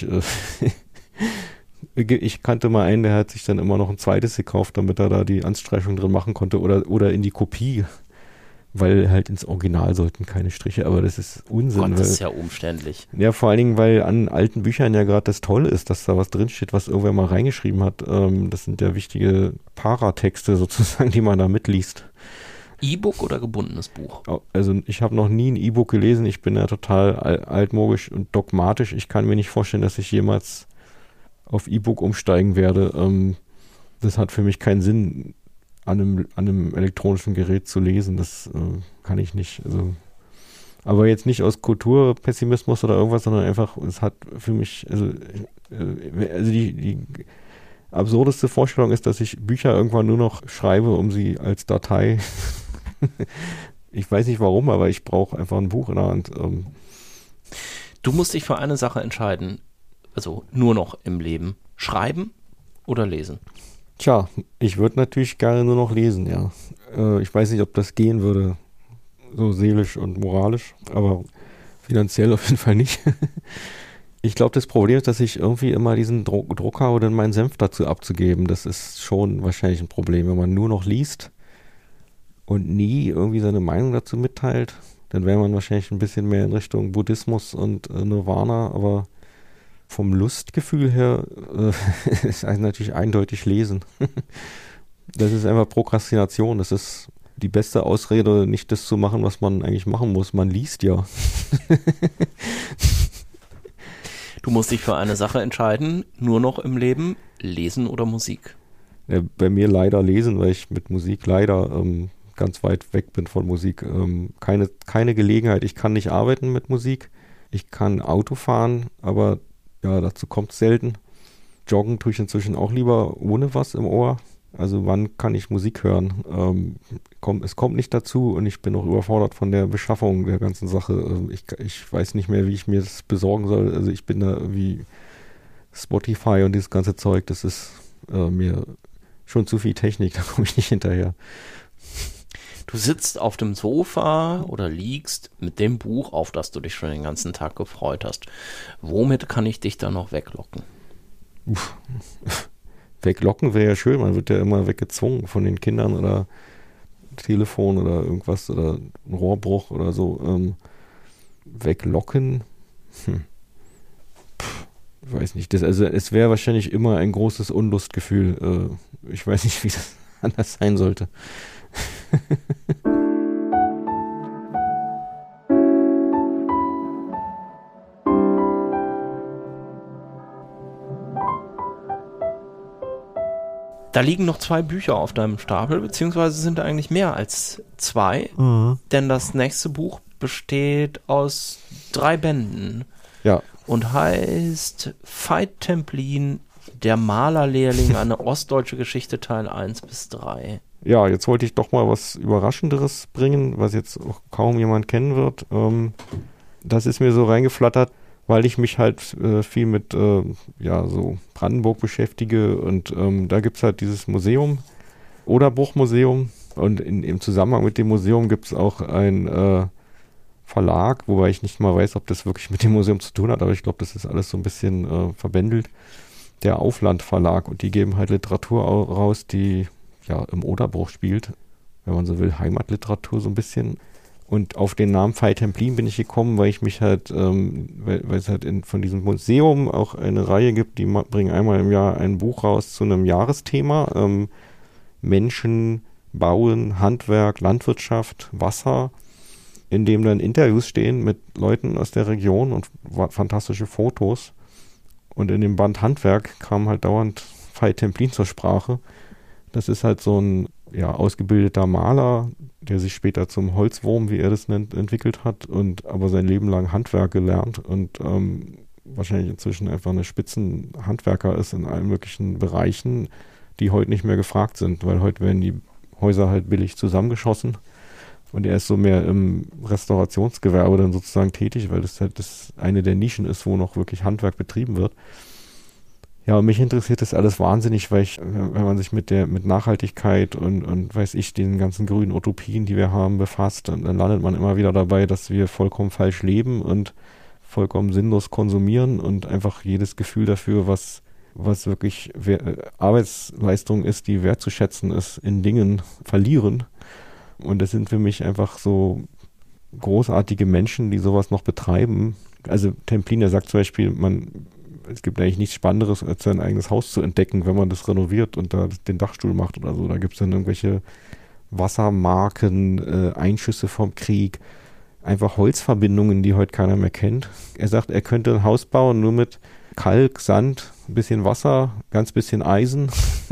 Ich kannte mal einen, der hat sich dann immer noch ein zweites gekauft, damit er da die Anstreichung drin machen konnte oder, oder in die Kopie. Weil halt ins Original sollten keine Striche, aber das ist Unsinn. Gott, das weil, ist ja umständlich. Ja, vor allen Dingen, weil an alten Büchern ja gerade das Tolle ist, dass da was drinsteht, was irgendwer mal reingeschrieben hat. Ähm, das sind ja wichtige Paratexte sozusagen, die man da mitliest. E-Book oder gebundenes Buch? Also ich habe noch nie ein E-Book gelesen. Ich bin ja total altmodisch und dogmatisch. Ich kann mir nicht vorstellen, dass ich jemals auf E-Book umsteigen werde. Ähm, das hat für mich keinen Sinn, an einem, an einem elektronischen Gerät zu lesen. Das äh, kann ich nicht. Also, aber jetzt nicht aus Kulturpessimismus oder irgendwas, sondern einfach, es hat für mich, also, äh, also die, die absurdeste Vorstellung ist, dass ich Bücher irgendwann nur noch schreibe, um sie als Datei. Ich weiß nicht warum, aber ich brauche einfach ein Buch in der Hand. Ähm. Du musst dich für eine Sache entscheiden, also nur noch im Leben. Schreiben oder lesen? Tja, ich würde natürlich gerne nur noch lesen, ja. Äh, ich weiß nicht, ob das gehen würde, so seelisch und moralisch, aber finanziell auf jeden Fall nicht. Ich glaube, das Problem ist, dass ich irgendwie immer diesen Druck, Druck habe, dann meinen Senf dazu abzugeben. Das ist schon wahrscheinlich ein Problem. Wenn man nur noch liest und nie irgendwie seine Meinung dazu mitteilt, dann wäre man wahrscheinlich ein bisschen mehr in Richtung Buddhismus und äh, Nirvana, aber vom Lustgefühl her äh, ist natürlich eindeutig lesen. Das ist einfach Prokrastination. Das ist die beste Ausrede, nicht das zu machen, was man eigentlich machen muss. Man liest ja. Du musst dich für eine Sache entscheiden, nur noch im Leben, lesen oder Musik? Ja, bei mir leider lesen, weil ich mit Musik leider ähm, ganz weit weg bin von Musik. Ähm, keine, keine Gelegenheit. Ich kann nicht arbeiten mit Musik. Ich kann Auto fahren, aber ja, dazu kommt es selten. Joggen tue ich inzwischen auch lieber ohne was im Ohr. Also wann kann ich Musik hören? Ähm, komm, es kommt nicht dazu und ich bin auch überfordert von der Beschaffung der ganzen Sache. Ähm, ich, ich weiß nicht mehr, wie ich mir das besorgen soll. Also ich bin da wie Spotify und dieses ganze Zeug, das ist äh, mir schon zu viel Technik, da komme ich nicht hinterher. Du sitzt auf dem Sofa oder liegst mit dem Buch, auf das du dich schon den ganzen Tag gefreut hast. Womit kann ich dich da noch weglocken? Uff. Weglocken wäre ja schön, man wird ja immer weggezwungen von den Kindern oder Telefon oder irgendwas oder ein Rohrbruch oder so. Ähm, weglocken? Hm. Puh, ich weiß nicht. Das, also es wäre wahrscheinlich immer ein großes Unlustgefühl. Äh, ich weiß nicht, wie das anders sein sollte. Da liegen noch zwei Bücher auf deinem Stapel, beziehungsweise sind da eigentlich mehr als zwei, mhm. denn das nächste Buch besteht aus drei Bänden. Ja. Und heißt Veit Templin, der Malerlehrling, eine ostdeutsche Geschichte, Teil eins bis drei. Ja, jetzt wollte ich doch mal was Überraschenderes bringen, was jetzt auch kaum jemand kennen wird. Ähm, das ist mir so reingeflattert, weil ich mich halt äh, viel mit äh, ja so Brandenburg beschäftige und ähm, da gibt es halt dieses Museum, Oderbruch-Museum, und in, im Zusammenhang mit dem Museum gibt es auch ein äh, Verlag, wobei ich nicht mal weiß, ob das wirklich mit dem Museum zu tun hat, aber ich glaube, das ist alles so ein bisschen äh, verbändelt, der Aufland Verlag, und die geben halt Literatur raus, die ja im Oderbruch spielt, wenn man so will, Heimatliteratur so ein bisschen. Und auf den Namen Veit Templin bin ich gekommen, weil ich mich halt, ähm, weil, weil es halt in, von diesem Museum auch eine Reihe gibt, die ma- bringen einmal im Jahr ein Buch raus zu einem Jahresthema. Ähm, Menschen, Bauen, Handwerk, Landwirtschaft, Wasser, in dem dann Interviews stehen mit Leuten aus der Region und wa- fantastische Fotos. Und in dem Band Handwerk kam halt dauernd Veit Templin zur Sprache. Das ist halt so ein ja, ausgebildeter Maler, der sich später zum Holzwurm, wie er das nennt, entwickelt hat und aber sein Leben lang Handwerk gelernt und ähm, wahrscheinlich inzwischen einfach eine Spitzenhandwerker ist in allen möglichen Bereichen, die heute nicht mehr gefragt sind, weil heute werden die Häuser halt billig zusammengeschossen und er ist so mehr im Restaurationsgewerbe dann sozusagen tätig, weil das halt das eine der Nischen ist, wo noch wirklich Handwerk betrieben wird. Ja, und mich interessiert das alles wahnsinnig, weil ich, wenn man sich mit der, mit Nachhaltigkeit und, und weiß ich, den ganzen grünen Utopien, die wir haben, befasst, dann, dann landet man immer wieder dabei, dass wir vollkommen falsch leben und vollkommen sinnlos konsumieren und einfach jedes Gefühl dafür, was, was wirklich Wer- Arbeitsleistung ist, die wertzuschätzen ist, in Dingen verlieren. Und das sind für mich einfach so großartige Menschen, die sowas noch betreiben. Also Templin, der sagt zum Beispiel, man es gibt eigentlich nichts Spannenderes, als sein eigenes Haus zu entdecken, wenn man das renoviert und da den Dachstuhl macht oder so. Da gibt es dann irgendwelche Wassermarken, äh, Einschüsse vom Krieg, einfach Holzverbindungen, die heute keiner mehr kennt. Er sagt, er könnte ein Haus bauen, nur mit Kalk, Sand, ein bisschen Wasser, ganz bisschen Eisen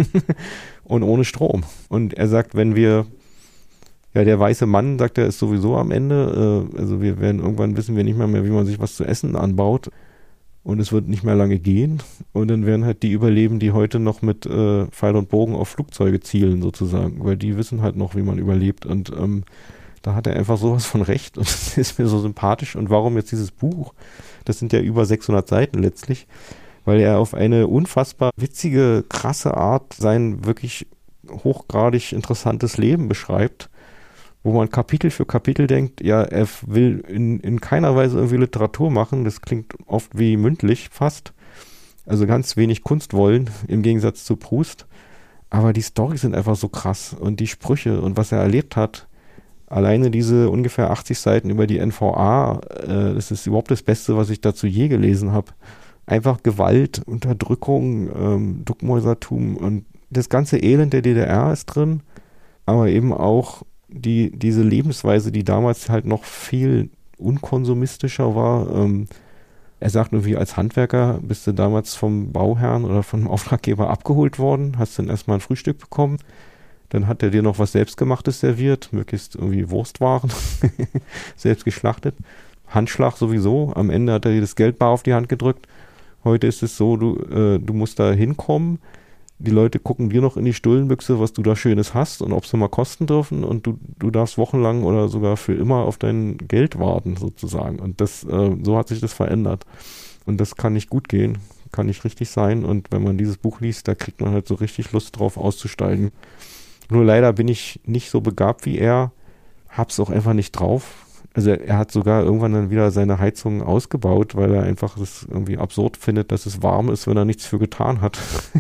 und ohne Strom. Und er sagt, wenn wir, ja, der weiße Mann, sagt er, ist sowieso am Ende, äh, also wir werden irgendwann wissen wir nicht mehr, mehr, wie man sich was zu essen anbaut. Und es wird nicht mehr lange gehen. Und dann werden halt die überleben, die heute noch mit äh, Pfeil und Bogen auf Flugzeuge zielen sozusagen. Weil die wissen halt noch, wie man überlebt. Und ähm, da hat er einfach sowas von recht. Und das ist mir so sympathisch. Und warum jetzt dieses Buch? Das sind ja über sechshundert Seiten letztlich. Weil er auf eine unfassbar witzige, krasse Art sein wirklich hochgradig interessantes Leben beschreibt. Wo man Kapitel für Kapitel denkt, ja, er will in, in keiner Weise irgendwie Literatur machen, das klingt oft wie mündlich fast, also ganz wenig Kunst wollen, im Gegensatz zu Proust, aber die Storys sind einfach so krass und die Sprüche und was er erlebt hat, alleine diese ungefähr achtzig Seiten über die N V A, äh, das ist überhaupt das Beste, was ich dazu je gelesen habe, einfach Gewalt, Unterdrückung, ähm, Duckmäusertum und das ganze Elend der D D R ist drin, aber eben auch die diese Lebensweise, die damals halt noch viel unkonsumistischer war. Ähm, er sagt nur, wie als Handwerker bist du damals vom Bauherrn oder vom Auftraggeber abgeholt worden, hast dann erstmal ein Frühstück bekommen, dann hat er dir noch was Selbstgemachtes serviert, möglichst irgendwie Wurstwaren, selbst geschlachtet, Handschlag sowieso, am Ende hat er dir das Geld bar auf die Hand gedrückt. Heute ist es so, du, äh, du musst da hinkommen, die Leute gucken dir noch in die Stullenbüchse, was du da Schönes hast und ob sie mal kosten dürfen und du, du darfst wochenlang oder sogar für immer auf dein Geld warten sozusagen. Und das, äh, so hat sich das verändert. Und das kann nicht gut gehen, kann nicht richtig sein. Und wenn man dieses Buch liest, da kriegt man halt so richtig Lust drauf auszusteigen. Nur leider bin ich nicht so begabt wie er. hab's auch einfach nicht drauf. Also er hat sogar irgendwann dann wieder seine Heizung ausgebaut, weil er einfach das irgendwie absurd findet, dass es warm ist, wenn er nichts für getan hat.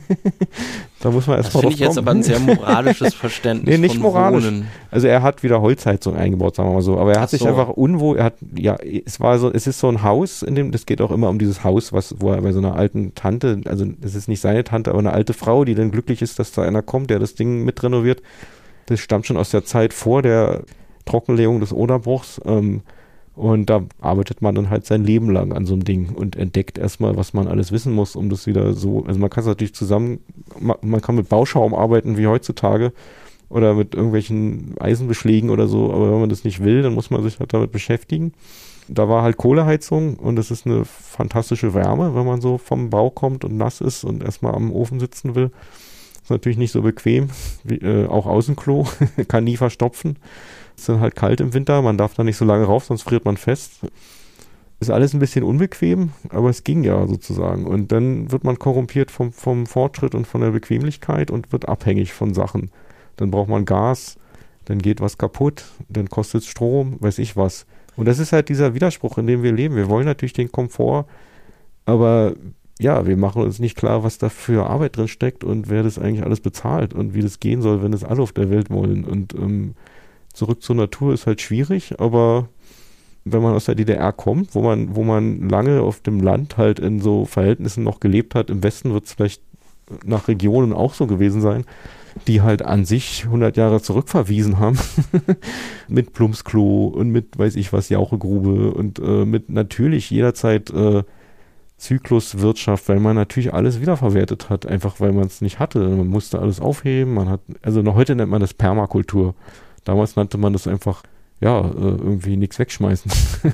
Da muss man erstmal drauf kommen. Das finde ich jetzt aber ein sehr moralisches Verständnis nee, nicht von moralisch. Wohnen. Also er hat wieder Holzheizung eingebaut, sagen wir mal so. Aber er hat Ach so. sich einfach unwohl, er hat, ja, es war so, es ist so ein Haus, in dem, das geht auch immer um dieses Haus, was, wo er bei so einer alten Tante, also es ist nicht seine Tante, aber eine alte Frau, die dann glücklich ist, dass da einer kommt, der das Ding mit renoviert. Das stammt schon aus der Zeit vor der Trockenlegung des Oderbruchs, ähm, und da arbeitet man dann halt sein Leben lang an so einem Ding und entdeckt erstmal, was man alles wissen muss, um das wieder so, also man kann es natürlich zusammen, man, man kann mit Bauschaum arbeiten wie heutzutage oder mit irgendwelchen Eisenbeschlägen oder so, aber wenn man das nicht will, dann muss man sich halt damit beschäftigen. Da war halt Kohleheizung und das ist eine fantastische Wärme, wenn man so vom Bau kommt und nass ist und erstmal am Ofen sitzen will. Ist natürlich nicht so bequem, wie, äh, auch Außenklo, kann nie verstopfen. Ist dann halt kalt im Winter, man darf da nicht so lange rauf, sonst friert man fest. Ist alles ein bisschen unbequem, aber es ging ja sozusagen. Und dann wird man korrumpiert vom, vom Fortschritt und von der Bequemlichkeit und wird abhängig von Sachen. Dann braucht man Gas, dann geht was kaputt, dann kostet es Strom, weiß ich was. Und das ist halt dieser Widerspruch, in dem wir leben. Wir wollen natürlich den Komfort, aber ja, wir machen uns nicht klar, was da für Arbeit drin steckt und wer das eigentlich alles bezahlt und wie das gehen soll, wenn es alle auf der Welt wollen. Und ähm, zurück zur Natur ist halt schwierig, aber wenn man aus der D D R kommt, wo man, wo man lange auf dem Land halt in so Verhältnissen noch gelebt hat, im Westen wird es vielleicht nach Regionen auch so gewesen sein, die halt an sich hundert Jahre zurückverwiesen haben, mit Plumpsklo und mit, weiß ich was, Jauchegrube und äh, mit natürlich jederzeit äh, Zykluswirtschaft, weil man natürlich alles wiederverwertet hat, einfach weil man es nicht hatte. Man musste alles aufheben, man hat, also noch heute nennt man das Permakultur. Damals nannte man das einfach, ja, irgendwie nichts wegschmeißen.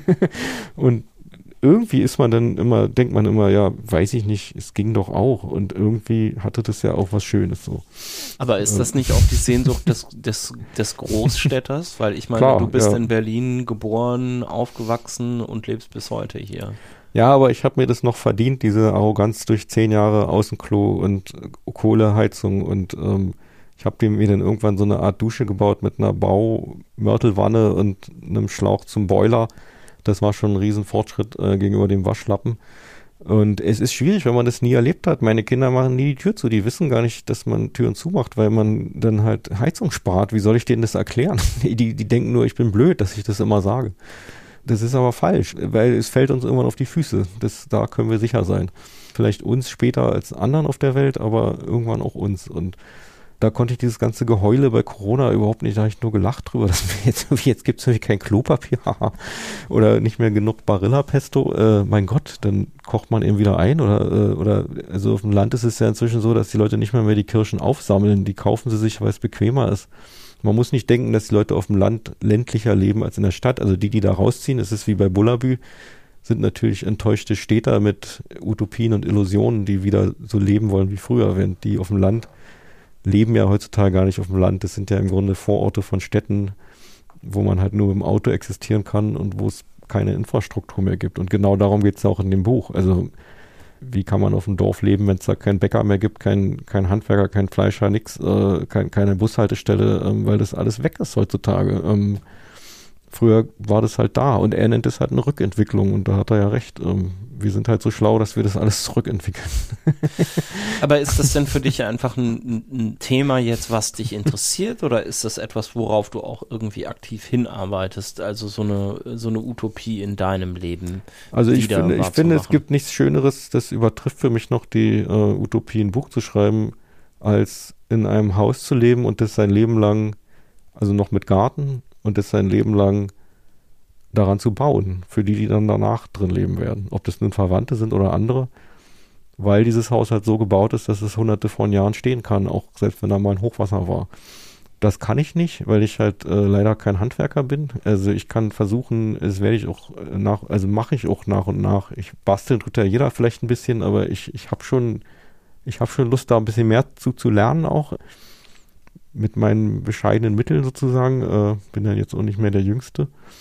Und irgendwie ist man dann immer, denkt man immer, ja, weiß ich nicht, es ging doch auch. Und irgendwie hatte das ja auch was Schönes so. Aber ist das nicht auch die Sehnsucht des, des, des Großstädters? Weil ich meine, Klar, du bist ja. in Berlin geboren, aufgewachsen und lebst bis heute hier. Ja, aber ich habe mir das noch verdient, diese Arroganz durch zehn Jahre Außenklo und Kohleheizung und ähm, ich habe mir dann irgendwann so eine Art Dusche gebaut mit einer Baumörtelwanne und einem Schlauch zum Boiler. Das war schon ein Riesenfortschritt äh, gegenüber dem Waschlappen. Und es ist schwierig, wenn man das nie erlebt hat. Meine Kinder machen nie die Tür zu. Die wissen gar nicht, dass man Türen zumacht, weil man dann halt Heizung spart. Wie soll ich denen das erklären? Die, die denken nur, ich bin blöd, dass ich das immer sage. Das ist aber falsch, weil es fällt uns irgendwann auf die Füße. Das, da können wir sicher sein. Vielleicht uns später als anderen auf der Welt, aber irgendwann auch uns. Und da konnte ich dieses ganze Geheule bei Corona überhaupt nicht, da habe ich nur gelacht drüber, dass wir jetzt, jetzt gibt es nämlich kein Klopapier oder nicht mehr genug Barilla-Pesto. Äh, mein Gott, dann kocht man eben wieder ein oder, äh, oder also auf dem Land ist es ja inzwischen so, dass die Leute nicht mehr mehr die Kirschen aufsammeln, die kaufen sie sich, weil es bequemer ist. Man muss nicht denken, dass die Leute auf dem Land ländlicher leben als in der Stadt. Also die, die da rausziehen, das ist wie bei Bullabü, sind natürlich enttäuschte Städter mit Utopien und Illusionen, die wieder so leben wollen wie früher, während die auf dem Land leben ja heutzutage gar nicht auf dem Land. Das sind ja im Grunde Vororte von Städten, wo man halt nur mit dem Auto existieren kann und wo es keine Infrastruktur mehr gibt. Und genau darum geht es auch in dem Buch. Also wie kann man auf dem Dorf leben, wenn es da keinen Bäcker mehr gibt, kein, kein Handwerker, kein Fleischer, nix, äh, kein, keine Bushaltestelle, ähm, weil das alles weg ist heutzutage. Ähm, früher war das halt da und er nennt es halt eine Rückentwicklung und da hat er ja recht. Ähm, wir sind halt so schlau, dass wir das alles zurückentwickeln. Aber ist das denn für dich einfach ein, ein Thema jetzt, was dich interessiert oder ist das etwas, worauf du auch irgendwie aktiv hinarbeitest? Also so eine, so eine Utopie in deinem Leben? Also ich finde, ich finde, es gibt nichts Schöneres, das übertrifft für mich noch die äh, Utopie, ein Buch zu schreiben, als in einem Haus zu leben und das sein Leben lang, also noch mit Garten und das sein Leben lang daran zu bauen, für die, die dann danach drin leben werden. Ob das nun Verwandte sind oder andere, weil dieses Haus halt so gebaut ist, dass es hunderte von Jahren stehen kann, auch selbst wenn da mal ein Hochwasser war. Das kann ich nicht, weil ich halt äh, leider kein Handwerker bin. Also ich kann versuchen, das werde ich auch nach, also mache ich auch nach und nach. Ich basteln tut ja jeder vielleicht ein bisschen, aber ich, ich habe schon, ich habe schon Lust, da ein bisschen mehr zu, zu lernen auch. Mit meinen bescheidenen Mitteln sozusagen. Äh, bin ja jetzt auch nicht mehr der Jüngste.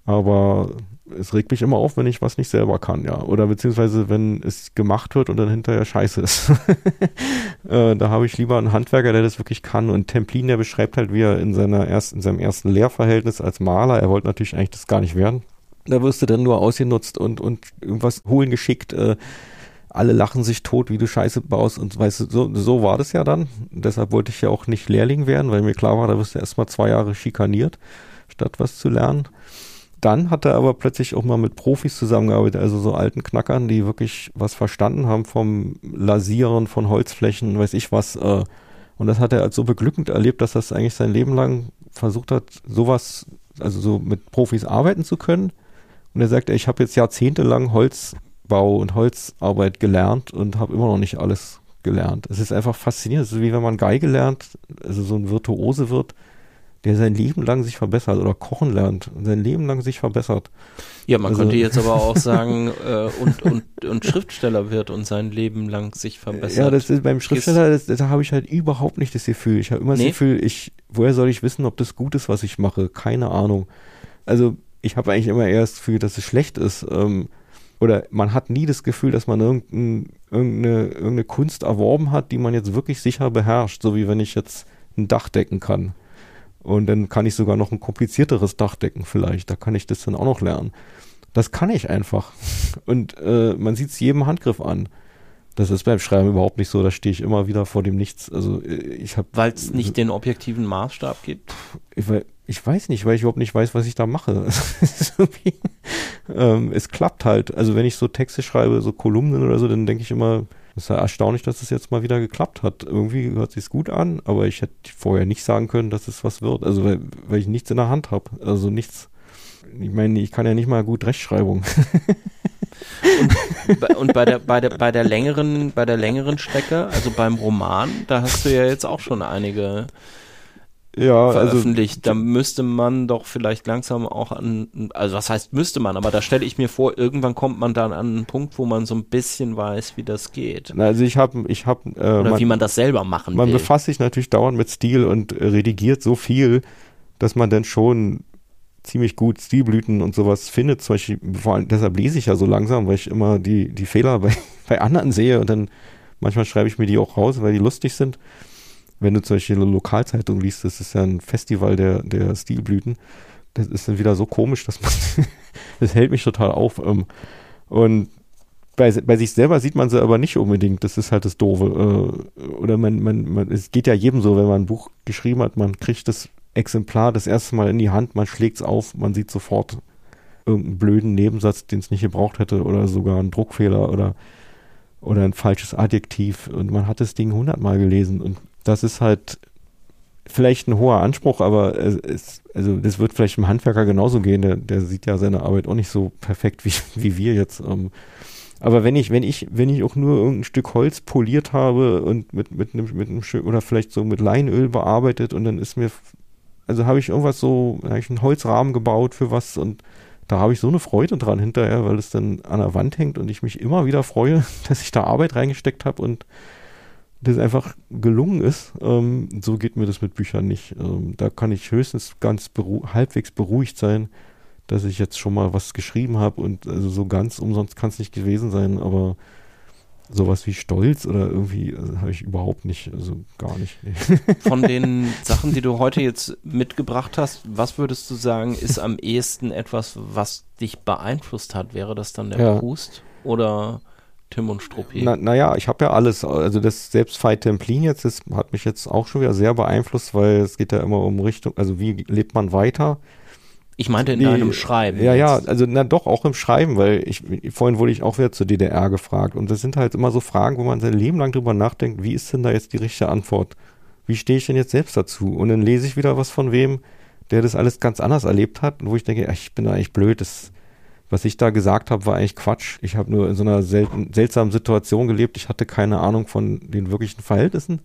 Aber es regt mich immer auf, wenn ich was nicht selber kann, ja. Oder beziehungsweise, wenn es gemacht wird und dann hinterher scheiße ist. äh, da habe ich lieber einen Handwerker, der das wirklich kann. Und Templin, der beschreibt halt, wie er in seiner ersten, in seinem ersten Lehrverhältnis als Maler, er wollte natürlich eigentlich das gar nicht werden. Da wirst du dann nur ausgenutzt und, und irgendwas holen geschickt. Äh, alle lachen sich tot, wie du Scheiße baust. Und weißt du, so, so war das ja dann. Und deshalb wollte ich ja auch nicht Lehrling werden, weil mir klar war, da wirst du erstmal zwei Jahre schikaniert, statt was zu lernen. Dann hat er aber plötzlich auch mal mit Profis zusammengearbeitet, also so alten Knackern, die wirklich was verstanden haben vom Lasieren von Holzflächen, weiß ich was. Äh, und das hat er als so beglückend erlebt, dass er es eigentlich sein Leben lang versucht hat, sowas, also so mit Profis arbeiten zu können. Und er sagt, ich habe jetzt jahrzehntelang Holzbau und Holzarbeit gelernt und habe immer noch nicht alles gelernt. Es ist einfach faszinierend. Es ist wie wenn man Geige lernt, also so ein Virtuose wird, der sein Leben lang sich verbessert oder kochen lernt und sein Leben lang sich verbessert. Ja, man also, könnte jetzt aber auch sagen, äh, und, und, und Schriftsteller wird und sein Leben lang sich verbessert. Ja, das ist beim Schriftsteller, das, da habe ich halt überhaupt nicht das Gefühl. Ich habe immer nee. das Gefühl, ich, woher soll ich wissen, ob das gut ist, was ich mache? Keine Ahnung. Also ich habe eigentlich immer eher das Gefühl, dass es schlecht ist. Ähm, oder man hat nie das Gefühl, dass man irgendein, irgendeine, irgendeine Kunst erworben hat, die man jetzt wirklich sicher beherrscht. So wie wenn ich jetzt ein Dach decken kann. Und dann kann ich sogar noch ein komplizierteres Dach decken vielleicht. Da kann ich das dann auch noch lernen. Das kann ich einfach. Und äh, man sieht es jedem Handgriff an. Das ist beim Schreiben überhaupt nicht so. Da stehe ich immer wieder vor dem Nichts. Also ich habe, weil es nicht den objektiven Maßstab gibt? Ich, ich weiß nicht, weil ich überhaupt nicht weiß, was ich da mache. ähm, es klappt halt. Also wenn ich so Texte schreibe, so Kolumnen oder so, dann denke ich immer, es ist ja erstaunlich, dass es jetzt mal wieder geklappt hat. Irgendwie hört sich's gut an, aber ich hätte vorher nicht sagen können, dass es was wird. Also weil, weil ich nichts in der Hand habe. Also nichts. Ich meine, ich kann ja nicht mal gut Rechtschreibung. Und, und bei der bei der bei der längeren bei der längeren Strecke, also beim Roman, da hast du ja jetzt auch schon einige ja, veröffentlicht. Also, da müsste man doch vielleicht langsam auch an, also was heißt müsste man, aber da stelle ich mir vor, irgendwann kommt man dann an einen Punkt, wo man so ein bisschen weiß, wie das geht. Also ich habe, ich habe, äh, oder man, wie man das selber machen man will. Man befasst sich natürlich dauernd mit Stil und äh, redigiert so viel, dass man dann schon ziemlich gut Stilblüten und sowas findet. Zum Beispiel, vor allem deshalb lese ich ja so langsam, weil ich immer die die Fehler bei bei anderen sehe und dann manchmal schreibe ich mir die auch raus, weil die lustig sind. Wenn du zum Beispiel eine Lokalzeitung liest, das ist ja ein Festival der, der Stilblüten, das ist dann wieder so komisch, dass man, das hält mich total auf. Und bei, bei sich selber sieht man sie aber nicht unbedingt, das ist halt das Doofe. Oder man, man, man, es geht ja jedem so, wenn man ein Buch geschrieben hat, man kriegt das Exemplar das erste Mal in die Hand, man schlägt es auf, man sieht sofort irgendeinen blöden Nebensatz, den es nicht gebraucht hätte oder sogar einen Druckfehler oder, oder ein falsches Adjektiv und man hat das Ding hundertmal gelesen und das ist halt vielleicht ein hoher Anspruch, aber es, also das wird vielleicht dem Handwerker genauso gehen, der, der sieht ja seine Arbeit auch nicht so perfekt wie, wie wir jetzt. Aber wenn ich, wenn ich, wenn ich auch nur irgendein Stück Holz poliert habe und mit, mit einem, mit einem Stück oder vielleicht so mit Leinöl bearbeitet und dann ist mir, also habe ich irgendwas so, habe ich einen Holzrahmen gebaut für was und da habe ich so eine Freude dran hinterher, weil es dann an der Wand hängt und ich mich immer wieder freue, dass ich da Arbeit reingesteckt habe und das einfach gelungen ist. Ähm, so geht mir das mit Büchern nicht. Ähm, da kann ich höchstens ganz beru- halbwegs beruhigt sein, dass ich jetzt schon mal was geschrieben habe und also so ganz umsonst kann es nicht gewesen sein, aber sowas wie Stolz oder irgendwie also, habe ich überhaupt nicht, also gar nicht. Nee. Von den Sachen, die du heute jetzt mitgebracht hast, was würdest du sagen, ist am ehesten etwas, was dich beeinflusst hat? Wäre das dann der ja. Proust oder Tim und Struppi? Na, naja, ich habe ja alles, also das selbst Veit Templin jetzt, das hat mich jetzt auch schon wieder sehr beeinflusst, weil es geht ja immer um Richtung, also wie lebt man weiter? Ich meinte in nee, deinem Schreiben. Ja, jetzt. ja, also na doch, auch im Schreiben, weil ich, vorhin wurde ich auch wieder zur D D R gefragt und das sind halt immer so Fragen, wo man sein Leben lang drüber nachdenkt, wie ist denn da jetzt die richtige Antwort? Wie stehe ich denn jetzt selbst dazu? Und dann lese ich wieder was von wem, der das alles ganz anders erlebt hat und wo ich denke, ach, ich bin da eigentlich blöd, das was ich da gesagt habe, war eigentlich Quatsch. Ich habe nur in so einer selten, seltsamen Situation gelebt. Ich hatte keine Ahnung von den wirklichen Verhältnissen.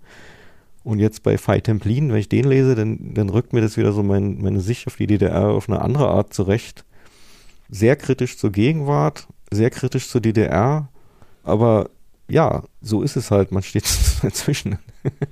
Und jetzt bei Veit Templin, wenn ich den lese, dann, dann rückt mir das wieder so mein, meine Sicht auf die D D R auf eine andere Art zurecht. Sehr kritisch zur Gegenwart, sehr kritisch zur D D R. Aber ja, so ist es halt. Man steht dazwischen.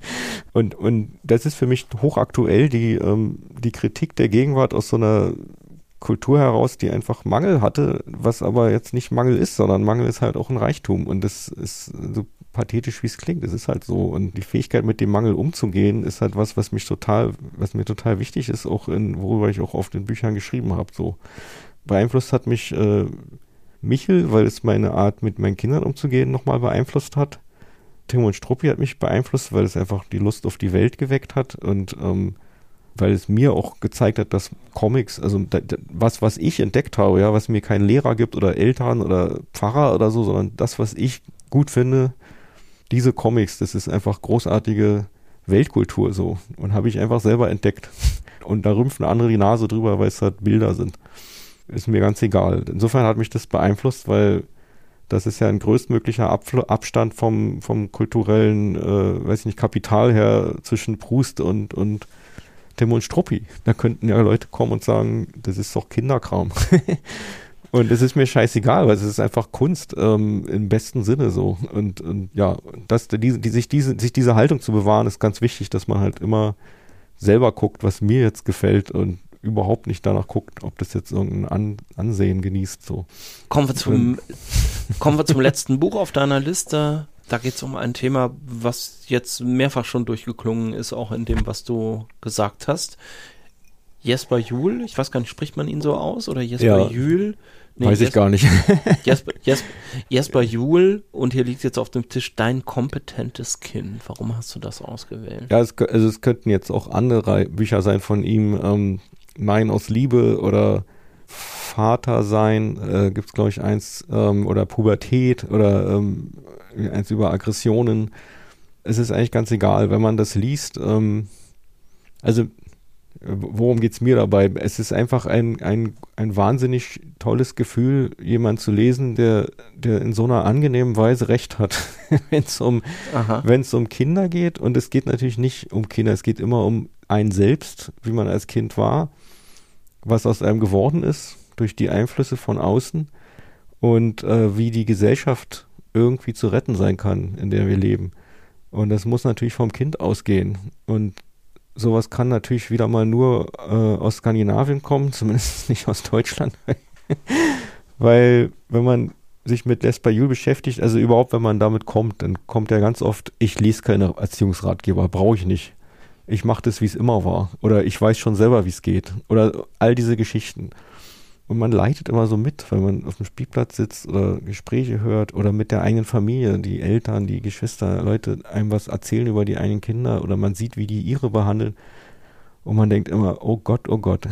und, und das ist für mich hochaktuell, die, ähm, die Kritik der Gegenwart aus so einer Kultur heraus, die einfach Mangel hatte, was aber jetzt nicht Mangel ist, sondern Mangel ist halt auch ein Reichtum und das ist so pathetisch, wie es klingt. Es ist halt so und die Fähigkeit, mit dem Mangel umzugehen, ist halt was, was mich total, was mir total wichtig ist, auch in, worüber ich auch oft in Büchern geschrieben habe. So beeinflusst hat mich äh, Michel, weil es meine Art, mit meinen Kindern umzugehen, nochmal beeinflusst hat. Timon Struppi hat mich beeinflusst, weil es einfach die Lust auf die Welt geweckt hat und ähm, weil es mir auch gezeigt hat, dass Comics, also da, da, was, was ich entdeckt habe, ja, was mir kein Lehrer gibt oder Eltern oder Pfarrer oder so, sondern das, was ich gut finde, diese Comics, das ist einfach großartige Weltkultur so und habe ich einfach selber entdeckt. Und da rümpfen andere die Nase drüber, weil es halt Bilder sind. Ist mir ganz egal. Insofern hat mich das beeinflusst, weil das ist ja ein größtmöglicher Abfl- Abstand vom, vom kulturellen, äh, weiß ich nicht, Kapital her zwischen Proust und, und Timon Struppi. Da könnten ja Leute kommen und sagen, das ist doch Kinderkram. Und es ist mir scheißegal, weil es ist einfach Kunst ähm, im besten Sinne so. Und, und ja, das, die, die, sich, diese, sich diese Haltung zu bewahren, ist ganz wichtig, dass man halt immer selber guckt, was mir jetzt gefällt und überhaupt nicht danach guckt, ob das jetzt irgendein An- Ansehen genießt. So. Kommen wir zum, kommen wir zum letzten Buch auf deiner Liste. Da geht es um ein Thema, was jetzt mehrfach schon durchgeklungen ist, auch in dem, was du gesagt hast. Jesper Juhl, ich weiß gar nicht, spricht man ihn so aus? Oder Jesper ja, Juhl? Nee, weiß ich Jesper, gar nicht. Jesper, Jesper, Jesper Juhl, und hier liegt jetzt auf dem Tisch Dein kompetentes Kind. Warum hast du das ausgewählt? Ja, es, also es könnten jetzt auch andere Bücher sein von ihm. Ähm, Nein aus Liebe oder Vater sein, äh, gibt es glaube ich eins, ähm, oder Pubertät oder ähm, eins über Aggressionen. Es ist eigentlich ganz egal, wenn man das liest. Ähm, also worum geht's mir dabei? Es ist einfach ein, ein, ein wahnsinnig tolles Gefühl, jemanden zu lesen, der, der in so einer angenehmen Weise Recht hat, wenn es um, wenn es um Kinder geht. Und es geht natürlich nicht um Kinder, es geht immer um einen selbst, wie man als Kind war, was aus einem geworden ist durch die Einflüsse von außen und äh, wie die Gesellschaft irgendwie zu retten sein kann, in der wir leben. Und das muss natürlich vom Kind ausgehen. Und sowas kann natürlich wieder mal nur äh, aus Skandinavien kommen, zumindest nicht aus Deutschland. Weil wenn man sich mit Jesper Juhl beschäftigt, also überhaupt wenn man damit kommt, dann kommt ja ganz oft, ich lese keine Erziehungsratgeber, brauche ich nicht. Ich mache das, wie es immer war. Oder ich weiß schon selber, wie es geht. Oder all diese Geschichten. Und man leidet immer so mit, weil man auf dem Spielplatz sitzt oder Gespräche hört oder mit der eigenen Familie, die Eltern, die Geschwister, Leute einem was erzählen über die eigenen Kinder oder man sieht, wie die ihre behandeln. Und man denkt immer, oh Gott, oh Gott.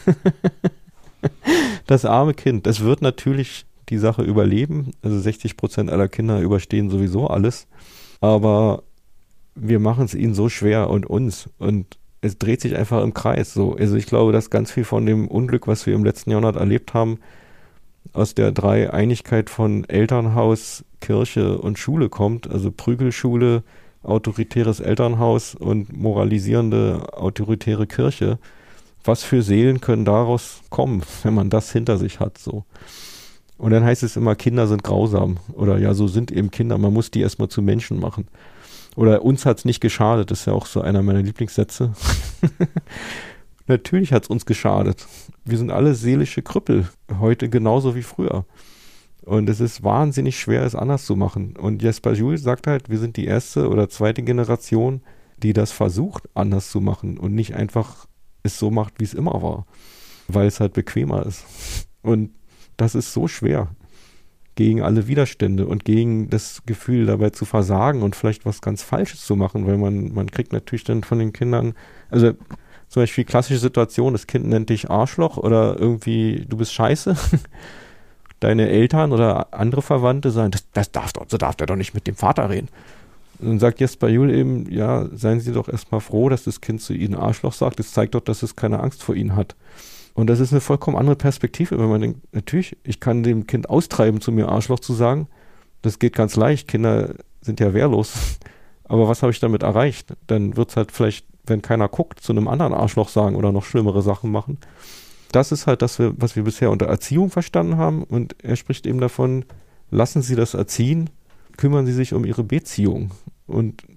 Das arme Kind, das wird natürlich die Sache überleben. Also sechzig Prozent aller Kinder überstehen sowieso alles. Aber wir machen es ihnen so schwer und uns. Und es dreht sich einfach im Kreis. So. Also ich glaube, dass ganz viel von dem Unglück, was wir im letzten Jahrhundert erlebt haben, aus der Dreieinigkeit von Elternhaus, Kirche und Schule kommt. Also Prügelschule, autoritäres Elternhaus und moralisierende, autoritäre Kirche. Was für Seelen können daraus kommen, wenn man das hinter sich hat? So. Und dann heißt es immer, Kinder sind grausam. Oder ja, so sind eben Kinder. Man muss die erstmal zu Menschen machen. Oder uns hat es nicht geschadet, das ist ja auch so einer meiner Lieblingssätze. Natürlich hat es uns geschadet. Wir sind alle seelische Krüppel, heute genauso wie früher. Und es ist wahnsinnig schwer, es anders zu machen. Und Jesper Juhl sagt halt, wir sind die erste oder zweite Generation, die das versucht, anders zu machen und nicht einfach es so macht, wie es immer war, weil es halt bequemer ist. Und das ist so schwer. Gegen alle Widerstände und gegen das Gefühl dabei zu versagen und vielleicht was ganz Falsches zu machen, weil man, man kriegt natürlich dann von den Kindern, also zum Beispiel klassische Situation, das Kind nennt dich Arschloch oder irgendwie du bist scheiße. Deine Eltern oder andere Verwandte sagen, das, das darf doch, so darf der doch nicht mit dem Vater reden. Und dann sagt Jesper Juhl eben, ja, seien Sie doch erstmal froh, dass das Kind zu Ihnen Arschloch sagt, das zeigt doch, dass es keine Angst vor Ihnen hat. Und das ist eine vollkommen andere Perspektive, wenn man denkt, natürlich, ich kann dem Kind austreiben, zu mir Arschloch zu sagen. Das geht ganz leicht. Kinder sind ja wehrlos. Aber was habe ich damit erreicht? Dann wird es halt vielleicht, wenn keiner guckt, zu einem anderen Arschloch sagen oder noch schlimmere Sachen machen. Das ist halt das, was wir bisher unter Erziehung verstanden haben. Und er spricht eben davon, lassen Sie das erziehen, kümmern Sie sich um Ihre Beziehung. Und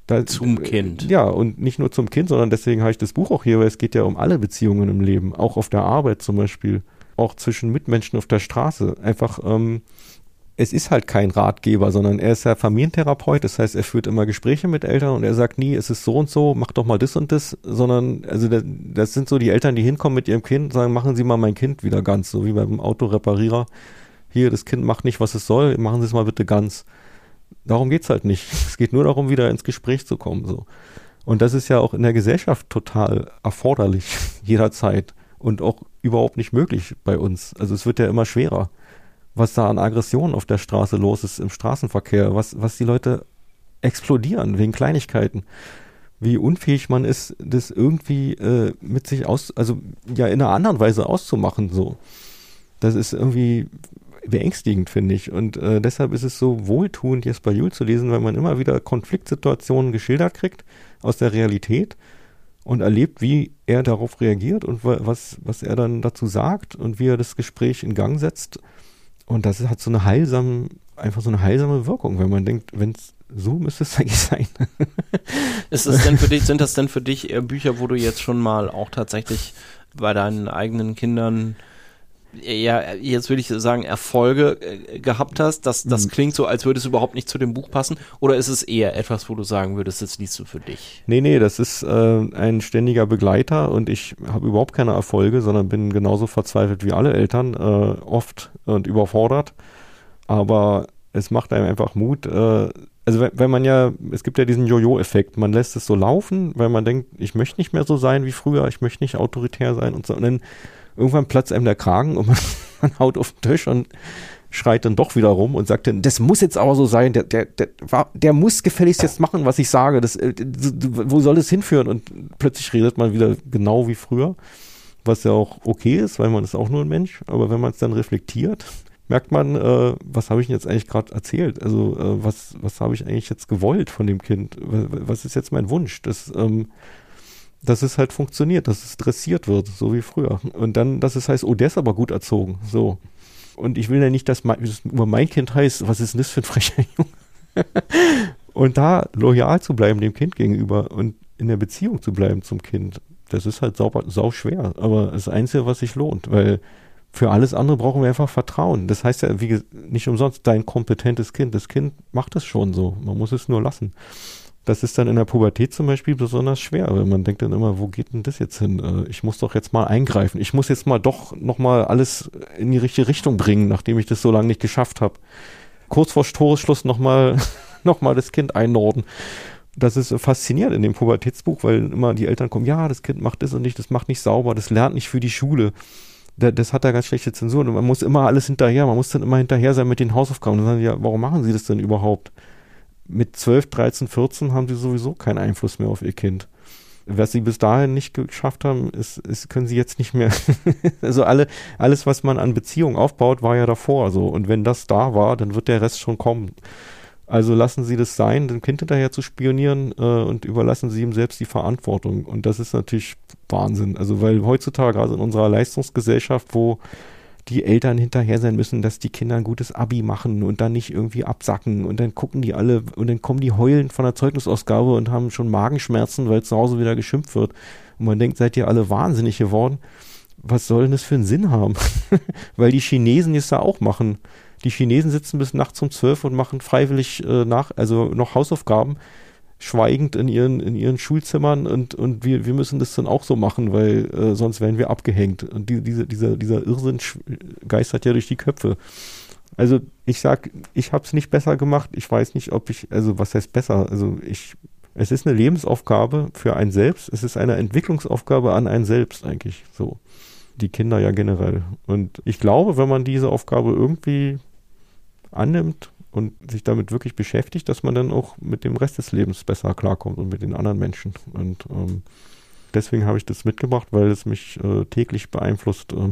Da, zum Kind. Ja, und nicht nur zum Kind, sondern deswegen habe ich das Buch auch hier, weil es geht ja um alle Beziehungen im Leben, auch auf der Arbeit zum Beispiel, auch zwischen Mitmenschen auf der Straße. Einfach, ähm, es ist halt kein Ratgeber, sondern er ist ja Familientherapeut, das heißt, er führt immer Gespräche mit Eltern und er sagt nie, es ist so und so, mach doch mal das und das, sondern, also das, das sind so die Eltern, die hinkommen mit ihrem Kind und sagen, machen Sie mal mein Kind wieder ganz, so wie beim Autoreparierer. Hier, das Kind macht nicht, was es soll, machen Sie es mal bitte ganz. Darum geht's halt nicht. Es geht nur darum, wieder ins Gespräch zu kommen, so. Und das ist ja auch in der Gesellschaft total erforderlich, jederzeit. Und auch überhaupt nicht möglich bei uns. Also es wird ja immer schwerer, was da an Aggressionen auf der Straße los ist, im Straßenverkehr, was, was die Leute explodieren wegen Kleinigkeiten. Wie unfähig man ist, das irgendwie äh, mit sich aus, also ja in einer anderen Weise auszumachen, so. Das ist irgendwie beängstigend, finde ich. Und äh, deshalb ist es so wohltuend, jetzt bei Jules zu lesen, weil man immer wieder Konfliktsituationen geschildert kriegt aus der Realität und erlebt, wie er darauf reagiert und was, was er dann dazu sagt und wie er das Gespräch in Gang setzt. Und das hat so eine heilsame, einfach so eine heilsame Wirkung, wenn man denkt, wenn es so müsste es eigentlich sein. Ist es denn für dich, sind das denn für dich eher Bücher, wo du jetzt schon mal auch tatsächlich bei deinen eigenen Kindern ja, jetzt würde ich sagen, Erfolge äh, gehabt hast? Das, das mhm. klingt so, als würde es überhaupt nicht zu dem Buch passen. Oder ist es eher etwas, wo du sagen würdest, das liest du für dich? Nee, nee, das ist äh, ein ständiger Begleiter und ich habe überhaupt keine Erfolge, sondern bin genauso verzweifelt wie alle Eltern, äh, oft und überfordert. Aber es macht einem einfach Mut. Äh, also wenn, wenn man ja, es gibt ja diesen Jojo-Effekt, man lässt es so laufen, weil man denkt, ich möchte nicht mehr so sein wie früher, ich möchte nicht autoritär sein und so. Und dann irgendwann platzt einem der Kragen und man, man haut auf den Tisch und schreit dann doch wieder rum und sagt dann, das muss jetzt aber so sein, der, der, der, der muss gefälligst jetzt machen, was ich sage, das, wo soll es hinführen? Und plötzlich redet man wieder genau wie früher, was ja auch okay ist, weil man ist auch nur ein Mensch, aber wenn man es dann reflektiert, merkt man, äh, was habe ich denn jetzt eigentlich gerade erzählt? Also äh, was, was habe ich eigentlich jetzt gewollt von dem Kind? Was ist jetzt mein Wunsch? Das, ähm, dass es halt funktioniert, dass es dressiert wird, so wie früher. Und dann, dass es heißt, oh, der ist aber gut erzogen, so. Und ich will ja nicht, dass mein, über mein Kind heißt, was ist denn das für ein frecher Junge? Und da loyal zu bleiben dem Kind gegenüber und in der Beziehung zu bleiben zum Kind, das ist halt sauber, sau schwer. Aber das Einzige, was sich lohnt, weil für alles andere brauchen wir einfach Vertrauen. Das heißt ja, wie nicht umsonst, dein kompetentes Kind. Das Kind macht es schon so. Man muss es nur lassen. Das ist dann in der Pubertät zum Beispiel besonders schwer, weil man denkt dann immer, wo geht denn das jetzt hin? Ich muss doch jetzt mal eingreifen. Ich muss jetzt mal doch nochmal alles in die richtige Richtung bringen, nachdem ich das so lange nicht geschafft habe. Kurz vor Toresschluss nochmal noch mal das Kind einnorden. Das ist faszinierend in dem Pubertätsbuch, weil immer die Eltern kommen, ja, das Kind macht das und nicht, das macht nicht sauber, das lernt nicht für die Schule. Das hat da ganz schlechte Zensur und man muss immer alles hinterher, man muss dann immer hinterher sein mit den Hausaufgaben. Und dann sagen die, ja, warum machen sie das denn überhaupt? Mit zwölf, dreizehn, vierzehn haben sie sowieso keinen Einfluss mehr auf ihr Kind. Was sie bis dahin nicht geschafft haben, ist, ist können sie jetzt nicht mehr. Also alle, alles, was man an Beziehungen aufbaut, war ja davor so. Und wenn das da war, dann wird der Rest schon kommen. Also lassen Sie das sein, dem Kind hinterher zu spionieren äh, und überlassen Sie ihm selbst die Verantwortung. Und das ist natürlich Wahnsinn. Also weil heutzutage, also in unserer Leistungsgesellschaft, wo die Eltern hinterher sein müssen, dass die Kinder ein gutes Abi machen und dann nicht irgendwie absacken und dann gucken die alle und dann kommen die heulen von der Zeugnisausgabe und haben schon Magenschmerzen, weil zu Hause wieder geschimpft wird. Und man denkt, seid ihr alle wahnsinnig geworden? Was soll denn das für einen Sinn haben? Weil die Chinesen es da auch machen. Die Chinesen sitzen bis nachts um zwölf und machen freiwillig äh, nach, also noch Hausaufgaben, schweigend in ihren, in ihren Schulzimmern und, und wir, wir müssen das dann auch so machen, weil äh, sonst werden wir abgehängt. Und die, diese, dieser, dieser Irrsinn geistert ja durch die Köpfe. Also ich sag, ich habe es nicht besser gemacht. Ich weiß nicht, ob ich, also was heißt besser? Also ich, es ist eine Lebensaufgabe für einen selbst. Es ist eine Entwicklungsaufgabe an einen selbst eigentlich so. Die Kinder ja generell. Und ich glaube, wenn man diese Aufgabe irgendwie annimmt und sich damit wirklich beschäftigt, dass man dann auch mit dem Rest des Lebens besser klarkommt und mit den anderen Menschen. Und ähm, deswegen habe ich das mitgebracht, weil es mich äh, täglich beeinflusst. Ähm.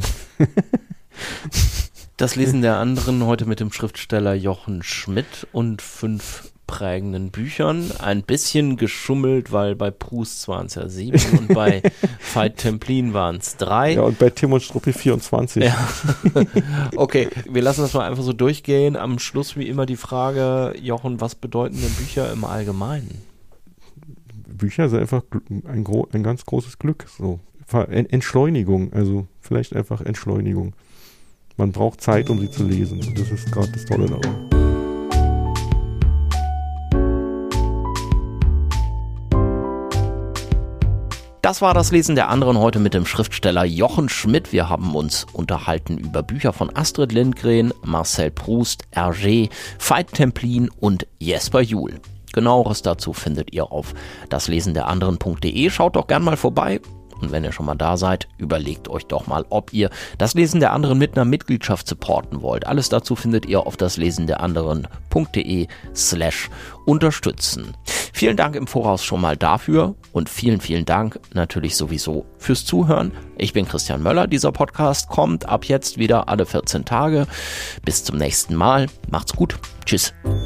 Das Lesen der anderen heute mit dem Schriftsteller Jochen Schmidt und fünf prägenden Büchern. Ein bisschen geschummelt, weil bei Proust waren es ja sieben und bei Veit Templin waren es drei. Ja, und bei Tim und Struppi vierundzwanzig. Ja. Okay, wir lassen das mal einfach so durchgehen. Am Schluss wie immer die Frage, Jochen, was bedeuten denn Bücher im Allgemeinen? Bücher sind einfach ein, gro- ein ganz großes Glück. So. Entschleunigung, also vielleicht einfach Entschleunigung. Man braucht Zeit, um sie zu lesen. Und das ist gerade das Tolle daran. Das war das Lesen der anderen heute mit dem Schriftsteller Jochen Schmidt. Wir haben uns unterhalten über Bücher von Astrid Lindgren, Marcel Proust, Hergé, Veit Templin und Jesper Juhl. Genaueres dazu findet ihr auf daslesenderanderen punkt de. Schaut doch gern mal vorbei. Und wenn ihr schon mal da seid, überlegt euch doch mal, ob ihr das Lesen der anderen mit einer Mitgliedschaft supporten wollt. Alles dazu findet ihr auf daslesenderanderen punkt de slash unterstützen. Vielen Dank im Voraus schon mal dafür und vielen, vielen Dank natürlich sowieso fürs Zuhören. Ich bin Christian Möller. Dieser Podcast kommt ab jetzt wieder alle vierzehn Tage. Bis zum nächsten Mal. Macht's gut. Tschüss.